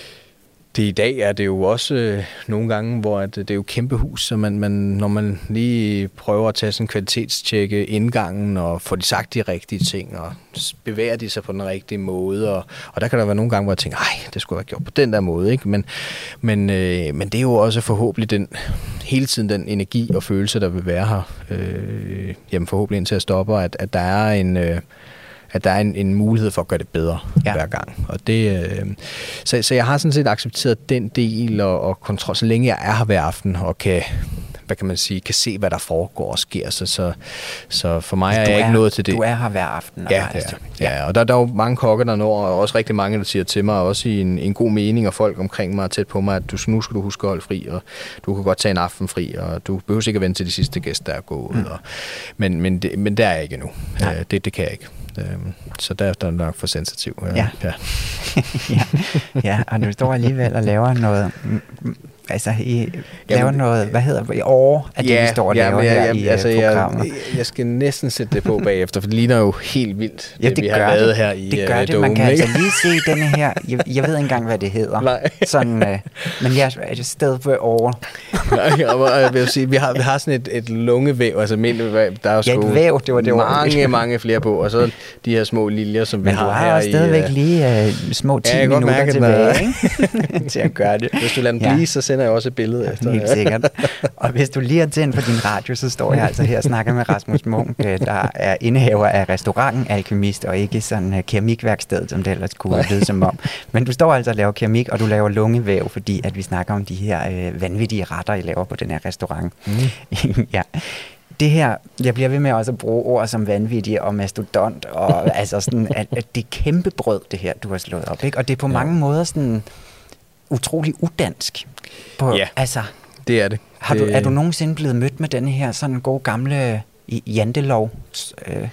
Speaker 2: Det i dag er det jo også øh, nogle gange, hvor at, det er jo kæmpe hus, så man, man, når man lige prøver at tage sådan en kvalitetstjekke indgangen og få de sagt de rigtige ting og bevæger de sig på den rigtige måde. Og, og der kan der være nogle gange, hvor jeg tænker, ej, det skulle jeg have gjort på den der måde, ikke? Men, men, øh, men det er jo også forhåbentlig den, hele tiden den energi og følelse, der vil være her. Øh, jamen forhåbentlig indtil jeg stopper, at, at der er en... Øh, at der er en, en mulighed for at gøre det bedre ja. hver gang. Og det, øh, så, så jeg har sådan set accepteret den del og, og kontrol, så længe jeg er her hver aften og kan, hvad kan man sige, kan se, hvad der foregår og sker. Så, så, så for mig er jeg er, ikke nået til det.
Speaker 1: Du er her hver aften?
Speaker 2: Ja, det er. ja, og der, der er jo mange kokke, der når, og også rigtig mange, der siger til mig, også i en, en god mening, og folk omkring mig tæt på mig, at du, nu skal du huske at holde fri, og du kan godt tage en aften fri, og du behøver ikke at vente til de sidste gæster, der er gået. Mm. Og, men, men, det, men der er jeg ikke endnu. Uh, det, det kan jeg ikke. Så der, der er nok for sensitiv. Ja.
Speaker 1: Ja. ja. ja, og du står alligevel og laver noget, altså I laver Jamen, noget, hvad hedder det, i år af ja, det, vi står og laver ja, her jeg, i altså, programmet.
Speaker 2: Jeg, jeg skal næsten sætte det på bagefter, for det ligner jo helt vildt,
Speaker 1: ja, det,
Speaker 2: det vi har
Speaker 1: det.
Speaker 2: lavet her i
Speaker 1: Det gør uh, det,
Speaker 2: Dome,
Speaker 1: man kan
Speaker 2: ikke?
Speaker 1: altså lige se denne her, jeg, jeg ved ikke engang, hvad det hedder.
Speaker 2: Nej.
Speaker 1: Sådan, uh, men jeg er et sted på over.
Speaker 2: Nej, jeg vil sige, vi har, vi har sådan et, et lungevæv, altså der er jo
Speaker 1: ja, et væv, det var det
Speaker 2: mange, mange flere på, og så de her små liljer, som
Speaker 1: men
Speaker 2: vi har her.
Speaker 1: Men du har også stadigvæk uh, lige uh, små ti
Speaker 2: ja,
Speaker 1: minutter
Speaker 2: mærke,
Speaker 1: tilbage, ikke? til at gøre det.
Speaker 2: Hvis du lader den blive, ja. så sender jeg også et billede efter.
Speaker 1: Helt sikkert. Og hvis du lige har tændt på din radio, så står jeg altså her og snakker med Rasmus Munk, der er indehaver af restauranten Alkymist, og ikke sådan keramikværksted, som det ellers kunne lyde som om. Men du står altså og laver keramik, og du laver lungevæv, fordi at vi snakker om de her øh, vanvittige retter, I laver på den her restaurant. Mm. ja. Det her, jeg bliver ved med også at bruge ord som vanvittige og mastodont, og altså sådan, at, at det er kæmpe brød, det her, du har slået op, ikke? Og det er på ja. mange måder sådan utrolig udansk. På,
Speaker 2: ja,
Speaker 1: altså,
Speaker 2: det er det.
Speaker 1: Har
Speaker 2: det...
Speaker 1: Du, er du nogensinde blevet mødt med denne her sådan gode gamle jantelov? Øh?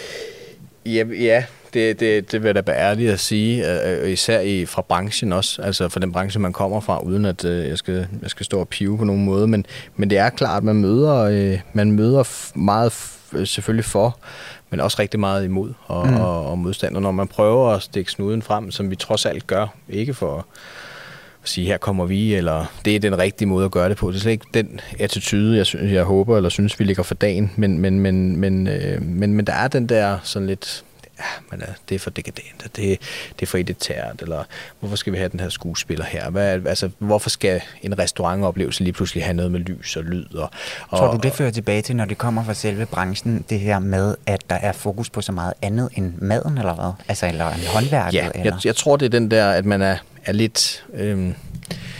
Speaker 2: Ja, ja. Det, det, det vil jeg da være ærlig at sige, øh, især i, fra branchen også, altså fra den branche, man kommer fra, uden at øh, jeg, skal, jeg skal stå og pive på nogen måde, men, men det er klart, at man møder, øh, man møder f- meget f- selvfølgelig for, men også rigtig meget imod og, mm. og, og modstand, og når man prøver at stikke snuden frem, som vi trods alt gør, ikke for at sige, her kommer vi, eller det er den rigtige måde at gøre det på. Det er slet ikke den attitude, jeg, synes, jeg håber, eller synes, vi ligger for dagen, men, men, men, men, øh, men, men der er den der sådan lidt, ja, men det er for dekadent, det, det er for elitært, eller hvorfor skal vi have den her skuespiller her? Hvad, altså, hvorfor skal en restaurantoplevelse lige pludselig have noget med lys og lyd? Og, og,
Speaker 1: Tror du, det fører tilbage til, når det kommer fra selve branchen, det her med, at der er fokus på så meget andet end maden, eller hvad? Altså, eller en håndværker?
Speaker 2: Ja,
Speaker 1: eller?
Speaker 2: Jeg, jeg tror, det er den der, at man er, er lidt... Øhm,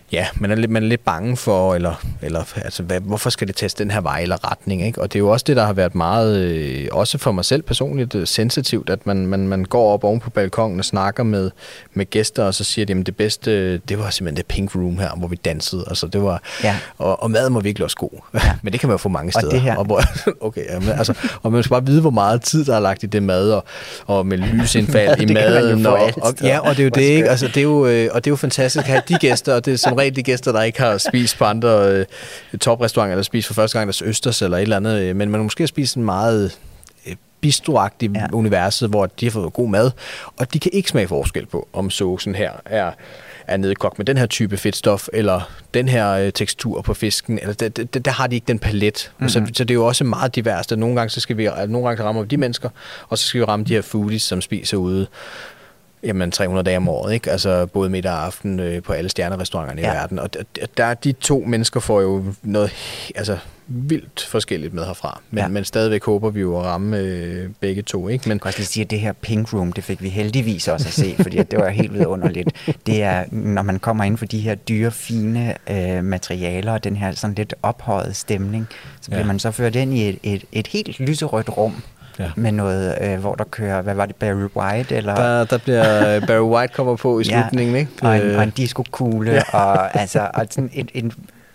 Speaker 2: Ja, man er lidt, man er lidt bange for, eller, eller altså, hvad, hvorfor skal det tages den her vej eller retning, ikke? Og det er jo også det, der har været meget, øh, også for mig selv personligt, øh, sensitivt, at man, man, man går op oven på balkongen og snakker med, med gæster, og så siger de, at det bedste, det var simpelthen det Pink Room her, hvor vi dansede, altså det var, ja. og, og maden var virkelig også god, ja. Men det kan man jo få mange steder. Og det her. Og hvor, okay, ja, men, altså, og man skal bare vide, hvor meget tid, der er lagt i det mad, og, og med lysindfald i maden, og, og, ja, og det er jo det, ikke? Altså, det er jo, øh, og det er jo fantastisk at have de gæster, og det er som regel de gæster, der ikke har spist på andre øh, toprestauranter, eller spist for første gang deres østers, eller et eller andet, øh, men man måske har spist en meget øh, bistroagtigt ja. universet, hvor de har fået god mad, og de kan ikke smage forskel på, om saucen her er, er nedkogt med den her type fedtstof, eller den her øh, tekstur på fisken, eller der, der, der har de ikke den palet. Mm-hmm. Så, så det er jo også meget diverst, nogle gange, så skal vi, nogle gange rammer vi de mennesker, og så skal vi ramme de her foodies, som spiser ude jamen tre hundrede dage om året, ikke? Altså både middag og aften øh, på alle stjernerestauranterne ja. i verden. Og der er de to mennesker får jo noget altså vildt forskelligt med herfra. Men, ja. men stadigvæk håber vi jo at ramme øh, begge to, ikke? Men
Speaker 1: jeg kan også lige sige, at det her Pink Room, det fik vi heldigvis også at se, fordi det var helt vidunderligt. Det er, når man kommer ind for de her dyre, fine øh, materialer, og den her sådan lidt ophøjet stemning, så bliver ja. man så ført ind i et, et, et helt lyserødt rum, ja. med noget, øh, hvor der kører, hvad var det, Barry White? Eller?
Speaker 2: Der, der bliver Barry White kommer på i slutningen,
Speaker 1: ja,
Speaker 2: ikke?
Speaker 1: Og en, og en disco-kugle, ja. og, altså, og sådan en, en,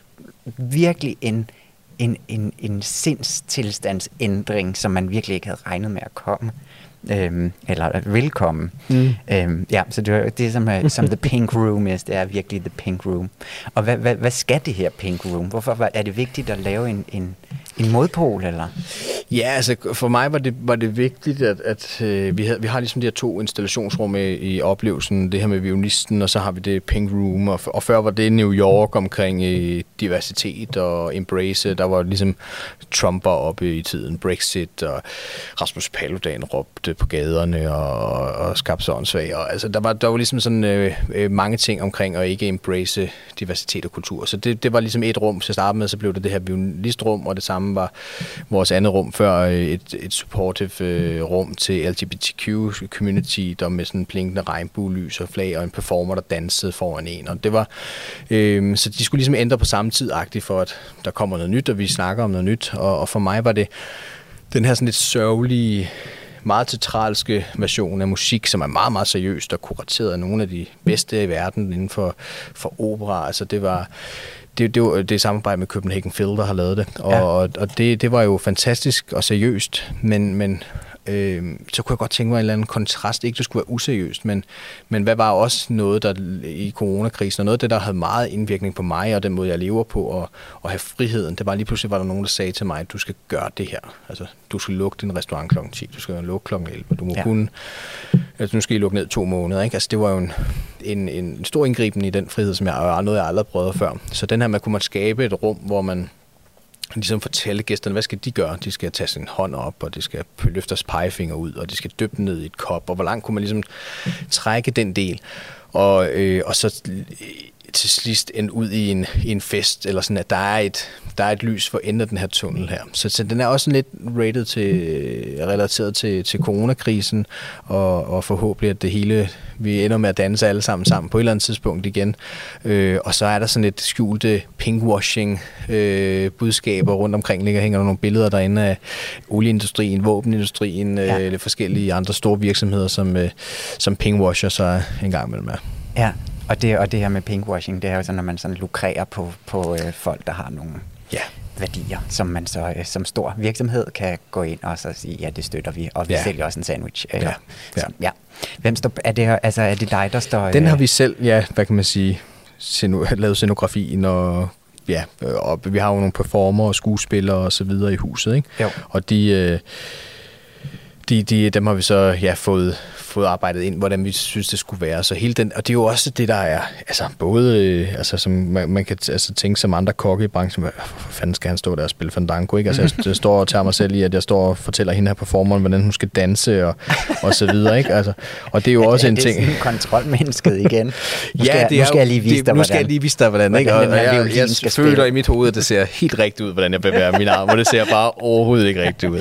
Speaker 1: virkelig en, en, en, en sindstilstandsændring, som man virkelig ikke havde regnet med at komme. Øhm, eller velkommen. Mm. Øhm, ja, så det er det, som, er, som The Pink Room er, det er virkelig The Pink Room. Og hvad, hvad, hvad skal det her Pink Room? Hvorfor er det vigtigt at lave en, en, en modpol, eller?
Speaker 2: Ja, altså for mig var det, var det vigtigt, at, at øh, vi, havde, vi har ligesom de her to installationsrum i, i oplevelsen, det her med violinisten, og så har vi det Pink Room, og, og før var det New York omkring øh, diversitet og embrace, der var ligesom Trumper oppe i tiden, Brexit, og Rasmus Paludan råbte på gaderne, og, og skabte sådan svag, og altså der var, der var ligesom sådan øh, øh, mange ting omkring at ikke embrace diversitet og kultur, så det, det var ligesom et rum til at starte med, så blev det det her violinistrum, og det samme var vores andet rum før, et, et supportive øh, rum til L G B T Q-community, der med sådan blinkende regnbuelys og flag, og en performer, der dansede foran en, og det var, øh, så de skulle ligesom ændre på samme tid-agtigt, for at der kommer noget nyt, og vi snakker om noget nyt, og, og for mig var det den her sådan lidt sørgelige, meget teatralske version af musik, som er meget, meget seriøst og kurateret af nogle af de bedste i verden inden for, for opera, altså det var Det, det, var, det er samarbejde med Copenhagen Phil, der har lavet det, og, ja. og, og det, det var jo fantastisk og seriøst, men, men øh, så kunne jeg godt tænke mig en eller anden kontrast, ikke det skulle være useriøst, men, men hvad var også noget, der i coronakrisen, og noget af det, der havde meget indvirkning på mig, og den måde, jeg lever på, og, og have friheden, det var lige pludselig, var der nogen, der sagde til mig, at du skal gøre det her, altså du skal lukke din restaurant klokken ti, du skal lukke klokken elleve, du må ja. kun, altså nu skal I lukke ned to måneder, ikke? Altså det var jo en En, en stor indgriben i den frihed, som jeg er noget, jeg aldrig prøvet før. Så den her, man kunne man skabe et rum, hvor man ligesom fortælle gæsterne, hvad skal de gøre? De skal tage sin hånd op, og de skal løfte deres pegefinger ud, og de skal dyppe den ned i et kop, og hvor langt kunne man ligesom trække den del? Og, øh, og så til sidst ende ud i en, i en fest, eller sådan, at der er et, der er et lys for enden af den her tunnel her. Så, så den er også lidt rated til, relateret til, til coronakrisen, og, og forhåbentlig, at det hele, vi ender med at danse alle sammen sammen på et eller andet tidspunkt igen. Øh, og så er der sådan et skjulte pinkwashing øh, budskaber rundt omkring. Ligger hænger der nogle billeder derinde af olieindustrien, våbenindustrien, ja. øh, lidt forskellige andre store virksomheder, som, øh, som pinkwasher så en gang imellem er.
Speaker 1: Ja. Og det, og det her med pinkwashing, det er jo sådan, når man sådan lukrerer på, på øh, folk, der har nogle ja. værdier, som man så øh, som stor virksomhed kan gå ind og så sige, ja, det støtter vi, og vi ja. sælger også en sandwich. Øh, ja. Ja. Så, ja. Hvem står, er, det, altså, er det dig, der står...
Speaker 2: Den har vi selv, ja, hvad kan man sige, sceno, lavet scenografien, og ja, og vi har jo nogle performer og skuespillere og så videre i huset, ikke? Jo. Og de... Øh, De, de, dem har vi så ja, fået, fået arbejdet ind, hvordan vi synes, det skulle være. Så hele den, og det er jo også det, der er, altså både, øh, altså, som man, man kan altså, tænke som andre kokke i branchen, hvor fanden skal han stå der og spille fandango, ikke? Altså, jeg, jeg står og tager mig selv i, at jeg står og fortæller hende her performeren, hvordan hun skal danse og, og så videre, ikke? Altså, og det er jo også
Speaker 1: er
Speaker 2: en
Speaker 1: det
Speaker 2: ting.
Speaker 1: Det er kontrolmennesket igen. Nu
Speaker 2: ja,
Speaker 1: skal,
Speaker 2: det er
Speaker 1: nu skal jeg lige vise
Speaker 2: det,
Speaker 1: dig,
Speaker 2: Nu skal jeg lige vise dig, hvordan, ikke? Og, og jeg, jeg, jeg føler i mit hoved, at det ser helt rigtigt ud, hvordan jeg bevæger min arm, og det ser bare overhovedet ikke rigtigt ud.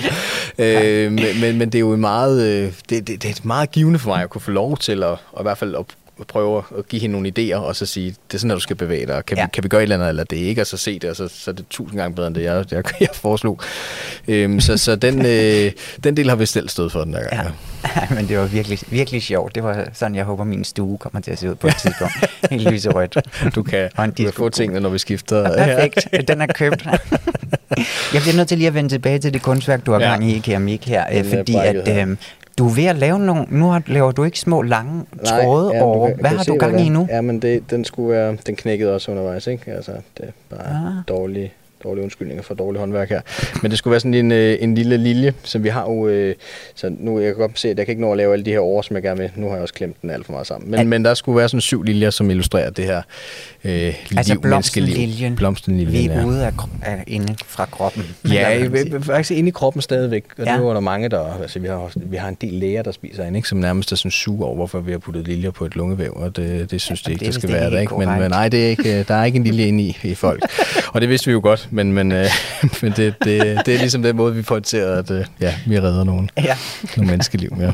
Speaker 2: øh, men, men, men det er jo en meget, det, det, det er meget givende for mig at kunne få lov til at, og i hvert fald at prøve at give hende nogle idéer, og så sige, det er sådan, at du skal bevæge dig, kan, ja. vi, kan vi gøre et eller andet, eller det ikke, og så se det, og så, så er det tusind gange bedre, end det, jeg, jeg, jeg foreslog. Øhm, så så den, øh, den del har vi selv stået for den der gang.
Speaker 1: Ja. Men det var virkelig, virkelig sjovt. Det var sådan, jeg håber, min stue kommer til at se ud på et tidspunkt. Helt lyserødt.
Speaker 2: Du kan, du kan få tingene, når vi skifter.
Speaker 1: Ja, perfekt. Den er købt. Jeg bliver nødt til lige at vende tilbage til det kunstværk, du har ja. gang i i keramik her, den fordi at øh, du er ved at lave nogle, nu har, laver du ikke små lange tråde
Speaker 2: ja,
Speaker 1: over.
Speaker 2: Kan,
Speaker 1: Hvad
Speaker 2: kan
Speaker 1: har
Speaker 2: se,
Speaker 1: du gang i nu?
Speaker 2: Ja, men det, den skulle være, den knækkede også undervejs, ikke? Altså, det er bare ah. dårlige, dårlige undskyldninger for dårlig håndværk her. Men det skulle være sådan en, en lille lilje, som vi har jo, så nu jeg kan godt se, at jeg kan ikke nå at lave alle de her ord, som jeg gerne vil. Nu har jeg også klemt den alt for meget sammen. Men, Al- men der skulle være sådan syv liljer, som illustrerer det her øh,
Speaker 1: altså
Speaker 2: liv,
Speaker 1: blomstenliljen,
Speaker 2: blomstenliljen,
Speaker 1: vi er ude af, af inde fra kroppen.
Speaker 2: Ja, faktisk inde i kroppen stadigvæk. Og ja. det var der mange, der... Altså, vi har, vi har en del læger, der spiser ind, ikke? Som nærmest er sådan suge over, hvorfor vi har puttet liljer på et lungevæv, og det, det synes ja, de ikke, det, det skal være der, ikke? Men, men nej, det er ikke, der er ikke en lilje inde i, i folk. Og det vidste vi jo godt, men, men, øh, men det, det, det er ligesom den måde, vi får til, at øh, ja, vi redder nogen. Ja. Nogle menneskeliv, ja.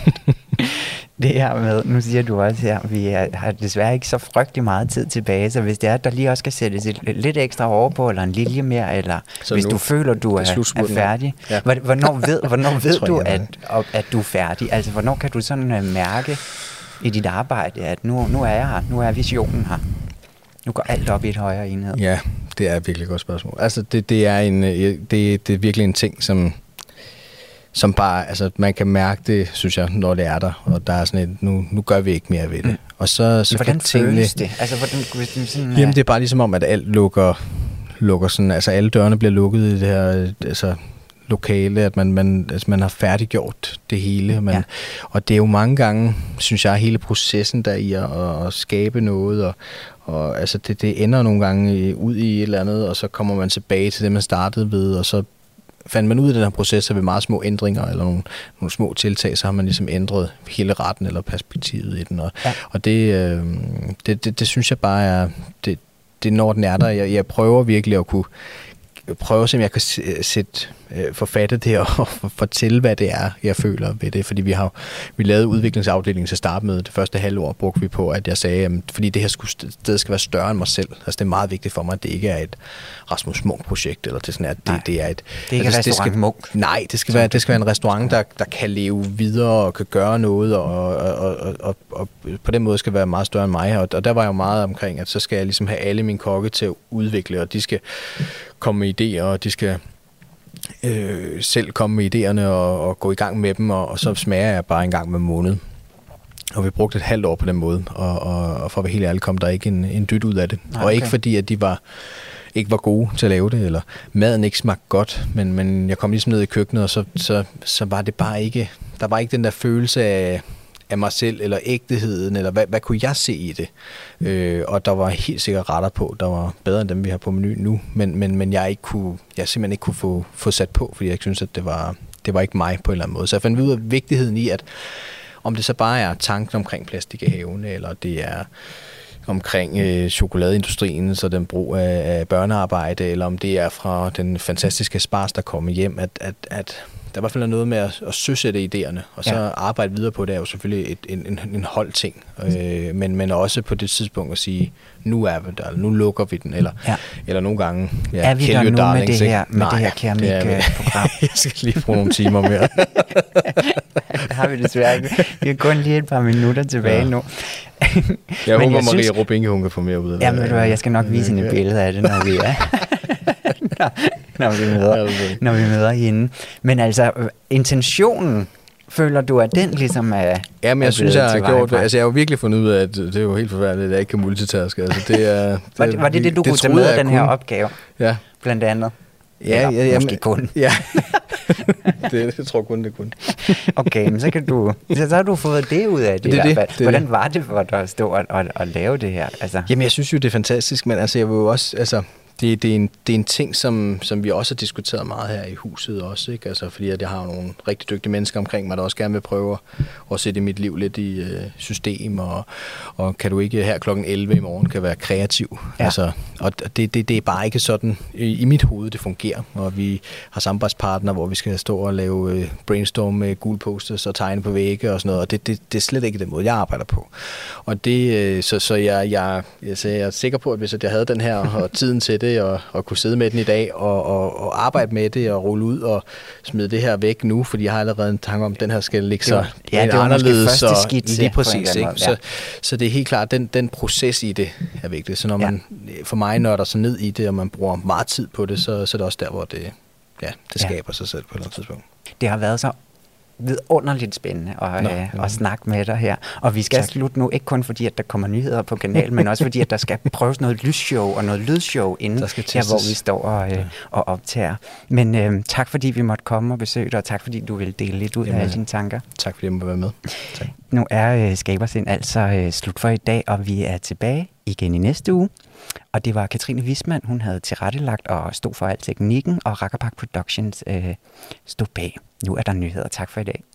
Speaker 1: Det her med, nu siger du også her, vi er, har desværre ikke så frygtelig meget tid tilbage, så hvis det er, at der lige også skal sættes et, lidt ekstra over på, eller en lilje mere, eller så hvis nu, du føler, du er, er færdig, ja. hvornår ved, hvornår ved du, at, at du er færdig? Altså, hvornår kan du sådan uh, mærke i dit arbejde, at nu, nu er jeg her, nu er visionen her? Nu går alt op i et højere enhed.
Speaker 2: Ja, det er et virkelig godt spørgsmål. Altså, det, det, er, en, det, det er virkelig en ting, som... som bare, altså man kan mærke det, synes jeg, når det er der, og der er sådan et, nu, nu gør vi ikke mere ved det. Mm. Og så, så
Speaker 1: hvordan føles det? Altså, hvordan, sådan,
Speaker 2: jamen, det er bare ligesom om, at alt lukker, lukker sådan, altså alle dørene bliver lukket i det her, altså lokale, at man, man, altså, man har færdiggjort det hele. Man, ja. Og det er jo mange gange, synes jeg, hele processen der i at, at skabe noget, og, og altså det, det ender nogle gange ud i et eller andet, og så kommer man tilbage til det, man startede ved, og så fandt man ud af den her proces, så ved meget små ændringer eller nogle, nogle små tiltag, så har man ligesom ændret hele retten eller perspektivet i den. Og, ja. og det, øh, det, det, det synes jeg bare er, det, det når den er der. Jeg, jeg prøver virkelig at kunne prøve, om jeg kan sætte øh, forfatte det og fortælle, hvad det er, jeg føler ved det. Fordi vi har vi lavede udviklingsafdelingen til at starte med. Det første halvår brugte vi på, at jeg sagde, at fordi det her sted skal være større end mig selv. Altså det er meget vigtigt for mig, at det ikke er et Rasmus Munk-projekt, eller det, sådan, at det,
Speaker 1: nej,
Speaker 2: det er et...
Speaker 1: Det er ikke altså, restaurant Munk.
Speaker 2: Nej, det skal, være, det skal være en restaurant, der, der kan leve videre og kan gøre noget, og, og, og, og, og på den måde skal være meget større end mig. Og, og der var jeg jo meget omkring, at så skal jeg ligesom have alle mine kokke til at udvikle, og de skal komme med idéer, og de skal øh, selv komme med idéerne og, og gå i gang med dem, og, og så smager jeg bare en gang med måned. Og vi brugte et halvt år på den måde, og, og, og for at være helt ærlig kom der ikke en, en dyt ud af det. Okay. Og ikke fordi, at de var, ikke var gode til at lave det, eller maden ikke smagte godt, men, men jeg kom ligesom ned i køkkenet, og så, så, så var det bare ikke, der var ikke den der følelse af, af mig selv, eller ægteheden, eller hvad, hvad kunne jeg se i det? Øh, og der var helt sikkert retter på, der var bedre end dem, vi har på menuen nu, men, men, men jeg, ikke kunne, jeg simpelthen ikke kunne få, få sat på, fordi jeg ikke synes, at det var, det var ikke mig på en eller anden måde. Så jeg fandt ud af vigtigheden i, at om det så bare er tanken omkring plastik i havene, eller det er omkring øh, chokoladeindustrien, så den brug af, af børnearbejde, eller om det er fra den fantastiske Spars, der kommer hjem, at, at, at der i hvert fald er noget med at, at søsætte idéerne, og så ja. arbejde videre på det er jo selvfølgelig et, en, en, en holdting, øh, men, men også på det tidspunkt at sige, nu er vi der, eller nu lukker vi den, eller, ja. eller nogle gange... Ja,
Speaker 1: er vi der nu darlings, med det her, med
Speaker 2: Nej,
Speaker 1: det her keramikprogram?
Speaker 2: Jeg skal lige bruge nogle timer mere.
Speaker 1: Det har vi desværre ikke. Vi har kun lige et par minutter tilbage ja. nu.
Speaker 2: Jeg håber, jeg Maria synes... Rubinke, hun kan få mere ud af det.
Speaker 1: Ja, men du, jeg skal nok vise hende et billede af det, når vi er... når, når, vi møder, når vi møder hende. Men altså, intentionen, føler du, at den ligesom er...
Speaker 2: Ja, men jeg synes, jeg har gjort det. Altså, jeg har jo virkelig fundet ud af, at det er jo helt forfærdeligt, at jeg ikke kan multitaske. Altså, det er, det,
Speaker 1: var, det, var det det, du det, kunne tage med den her opgave?
Speaker 2: Ja.
Speaker 1: Blandt andet?
Speaker 2: Ja, ja, ja,
Speaker 1: måske kun.
Speaker 2: Ja, det, det tror jeg kun, det kun.
Speaker 1: Okay, men så kan du, så, så har du fået det ud af det, det, det, det Hvordan var det for dig at stå og, og, og lave det her? Altså.
Speaker 2: Jamen, jeg synes jo, det er fantastisk, men altså, jeg vil jo også, altså, Det, det, er en, det er en ting, som, som vi også har diskuteret meget her i huset også, ikke? Altså, fordi at jeg har nogle rigtig dygtige mennesker omkring mig, der også gerne vil prøve at sætte mit liv lidt i øh, system, og, og kan du ikke her klokken elleve i morgen kan være kreativ? Ja. Altså, og det, det, det er bare ikke sådan i, i mit hoved, det fungerer, og vi har samarbejdspartnere, hvor vi skal stå og lave øh, brainstorm med gule posters og tegne på vægge og sådan noget, og det, det, det er slet ikke den måde, jeg arbejder på. Og det, øh, så, så jeg, jeg, jeg, jeg er sikker på, at hvis jeg havde den her og tiden til det, og, og kunne sidde med den i dag, og, og, og arbejde med det, og rulle ud, og smide det her væk nu, fordi jeg har allerede en tanke om, at den her skal ligge så
Speaker 1: ja, det var
Speaker 2: anderledes.
Speaker 1: Måske første skitse,
Speaker 2: lige præcis, ikke?
Speaker 1: Ja.
Speaker 2: Så, så det er helt klart, den, den proces i det er vigtig. Så når man ja. for mig nørder sig ned i det, og man bruger meget tid på det, så, så er det også der, hvor det, ja, det skaber ja. sig selv på et eller andet tidspunkt.
Speaker 1: Det har været så vidunderligt spændende at, Nå, øh, ja. at snakke med dig her. Og vi skal tak. slutte nu, ikke kun fordi, at der kommer nyheder på kanalen, men også fordi, at der skal prøves noget lysshow og noget lydshow inden her, hvor vi står og, øh, ja. og optager. Men øh, tak fordi vi måtte komme og besøge dig, og tak fordi du ville dele lidt ud Jamen, af alle dine tanker.
Speaker 2: Tak fordi jeg må være med. Tak.
Speaker 1: Nu er øh, Skabersind altså øh, slut for i dag, og vi er tilbage igen i næste uge. Og det var Katrine Wismann, hun havde tilrettelagt og stod for al teknikken, og Rakkerpak Productions øh, stod bag. Nu er der nyheder. Tak for i dag.